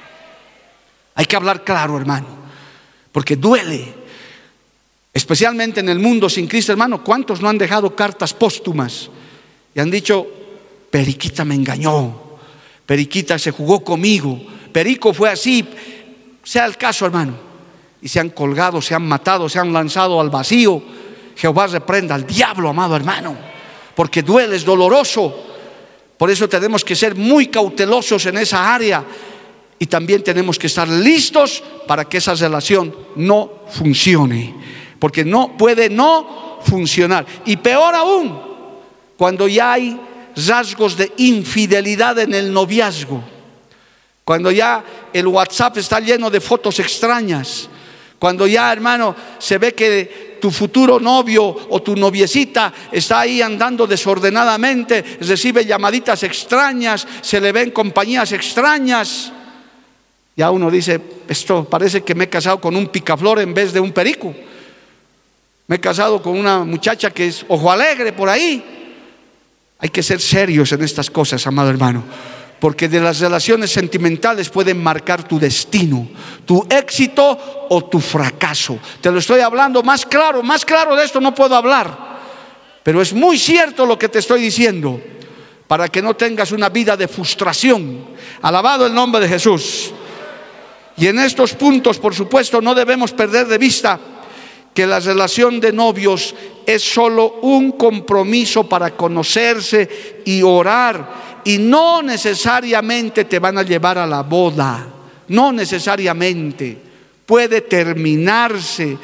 Hay que hablar claro, hermano, porque duele, especialmente en el mundo sin Cristo, hermano. ¿Cuántos no han dejado cartas póstumas y han dicho: Periquita me engañó, Periquita se jugó conmigo, Perico fue así? Sea el caso, hermano, y se han colgado, se han matado, se han lanzado al vacío. Jehová reprenda al diablo, amado hermano, porque duele, es doloroso. Por eso tenemos que ser muy cautelosos en esa área, y también tenemos que estar listos para que esa relación no funcione, porque no puede no funcionar. Y peor aún, cuando ya hay rasgos de infidelidad en el noviazgo, cuando ya el WhatsApp está lleno de fotos extrañas, cuando ya, hermano, se ve que tu futuro novio o tu noviecita está ahí andando desordenadamente, recibe llamaditas extrañas, se le ven compañías extrañas, ya uno dice: esto parece que me he casado con un picaflor en vez de un perico. Me he casado con una muchacha que es ojo alegre por ahí. Hay que ser serios en estas cosas, amado hermano, porque de las relaciones sentimentales pueden marcar tu destino, tu éxito o tu fracaso. Te lo estoy hablando más claro de esto no puedo hablar, pero es muy cierto lo que te estoy diciendo, para que no tengas una vida de frustración. Alabado el nombre de Jesús. Y en estos puntos, por supuesto, no debemos perder de vista que la relación de novios es solo un compromiso para conocerse y orar, y no necesariamente te van a llevar a la boda. No necesariamente. Puede terminarse,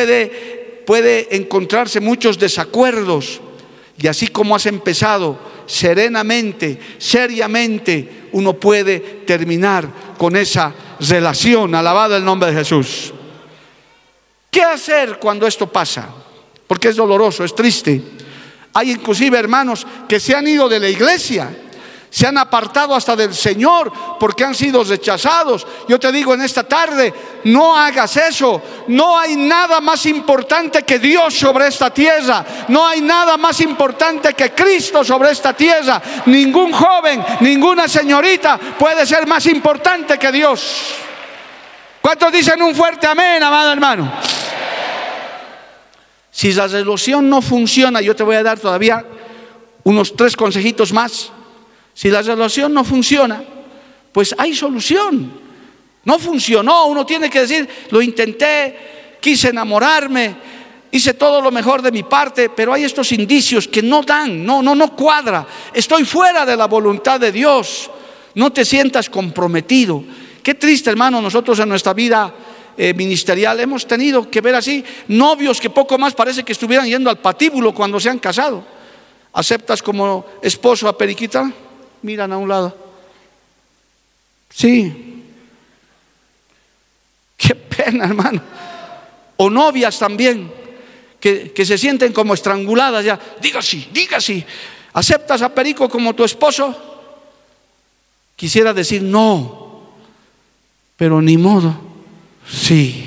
puede encontrarse muchos desacuerdos, y así como has empezado serenamente, seriamente, uno puede terminar con esa relación. Alabado el nombre de Jesús. ¿Qué hacer cuando esto pasa? Porque es doloroso, es triste. Hay inclusive hermanos que se han ido de la iglesia, se han apartado hasta del Señor porque han sido rechazados. Yo te digo en esta tarde: no hagas eso. No hay nada más importante que Dios sobre esta tierra. No hay nada más importante que Cristo sobre esta tierra. Ningún joven, ninguna señorita puede ser más importante que Dios. ¿Cuántos dicen un fuerte amén, amado hermano? Si la relación no funciona, yo te voy a dar todavía unos 3 consejitos más. Si la relación no funciona, pues hay solución. No funcionó, uno tiene que decir: lo intenté, quise enamorarme, hice todo lo mejor de mi parte, pero hay estos indicios que no dan, no cuadra. Estoy fuera de la voluntad de Dios. No te sientas comprometido. Qué triste, hermano, nosotros en nuestra vida ministerial hemos tenido que ver así novios que poco más parece que estuvieran yendo al patíbulo cuando se han casado. ¿Aceptas como esposo a Periquita? Miran a un lado. Sí. Qué pena, hermano. O novias también que se sienten como estranguladas ya. Diga sí. ¿Aceptas a Perico como tu esposo? Quisiera decir no, pero ni modo. Sí.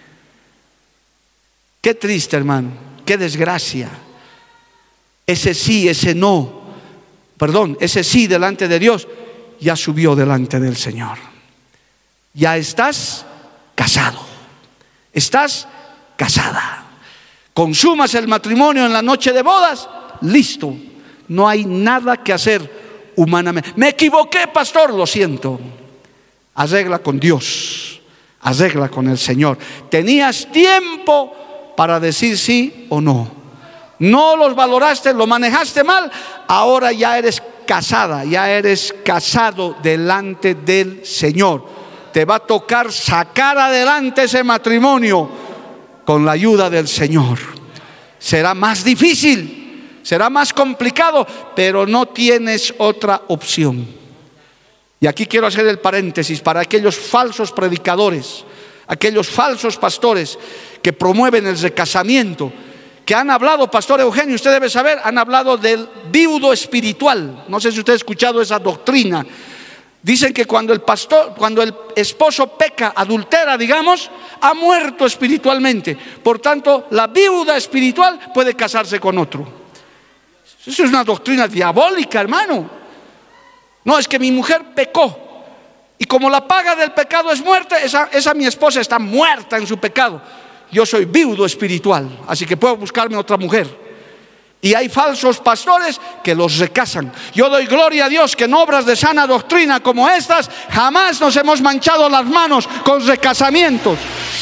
Qué triste, hermano. Qué desgracia. Ese sí, ese no. Perdón, ese sí delante de Dios ya subió delante del Señor. Ya estás casado. Estás casada. Consumas el matrimonio en la noche de bodas. Listo. No hay nada que hacer humanamente. Me equivoqué, pastor, lo siento. Arregla con Dios, arregla con el Señor. Tenías tiempo para decir sí o no. No los valoraste, lo manejaste mal. Ahora ya eres casada, ya eres casado delante del Señor. Te va a tocar sacar adelante ese matrimonio con la ayuda del Señor. Será más difícil, será más complicado, pero no tienes otra opción. Y aquí quiero hacer el paréntesis para aquellos falsos predicadores, aquellos falsos pastores que promueven el recasamiento, que han hablado, pastor Eugenio, usted debe saber, han hablado del viudo espiritual. No sé si usted ha escuchado esa doctrina. Dicen que cuando el esposo peca, adultera, digamos, ha muerto espiritualmente. Por tanto, la viuda espiritual puede casarse con otro. Eso es una doctrina diabólica, hermano. No, es que mi mujer pecó y como la paga del pecado es muerte, esa mi esposa está muerta en su pecado. Yo soy viudo espiritual, así que puedo buscarme otra mujer. Y hay falsos pastores que los recasan. Yo doy gloria a Dios que en obras de sana doctrina como estas jamás nos hemos manchado las manos con recasamientos.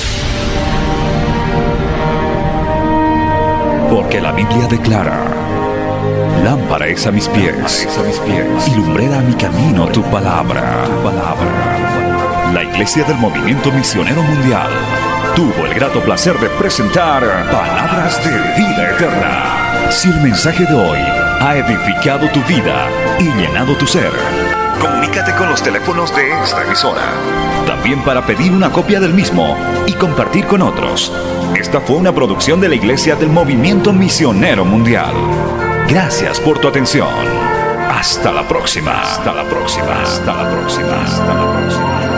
Porque la Biblia declara: lámpara es a mis pies y lumbrera a mi camino tu palabra. La Iglesia del Movimiento Misionero Mundial tuvo el grato placer de presentar Palabras de Vida Eterna. Si el mensaje de hoy ha edificado tu vida y llenado tu ser, comunícate con los teléfonos de esta emisora. También para pedir una copia del mismo y compartir con otros. Esta fue una producción de la Iglesia del Movimiento Misionero Mundial. Gracias por tu atención. Hasta la próxima. Hasta la próxima. Hasta la próxima. Hasta la próxima.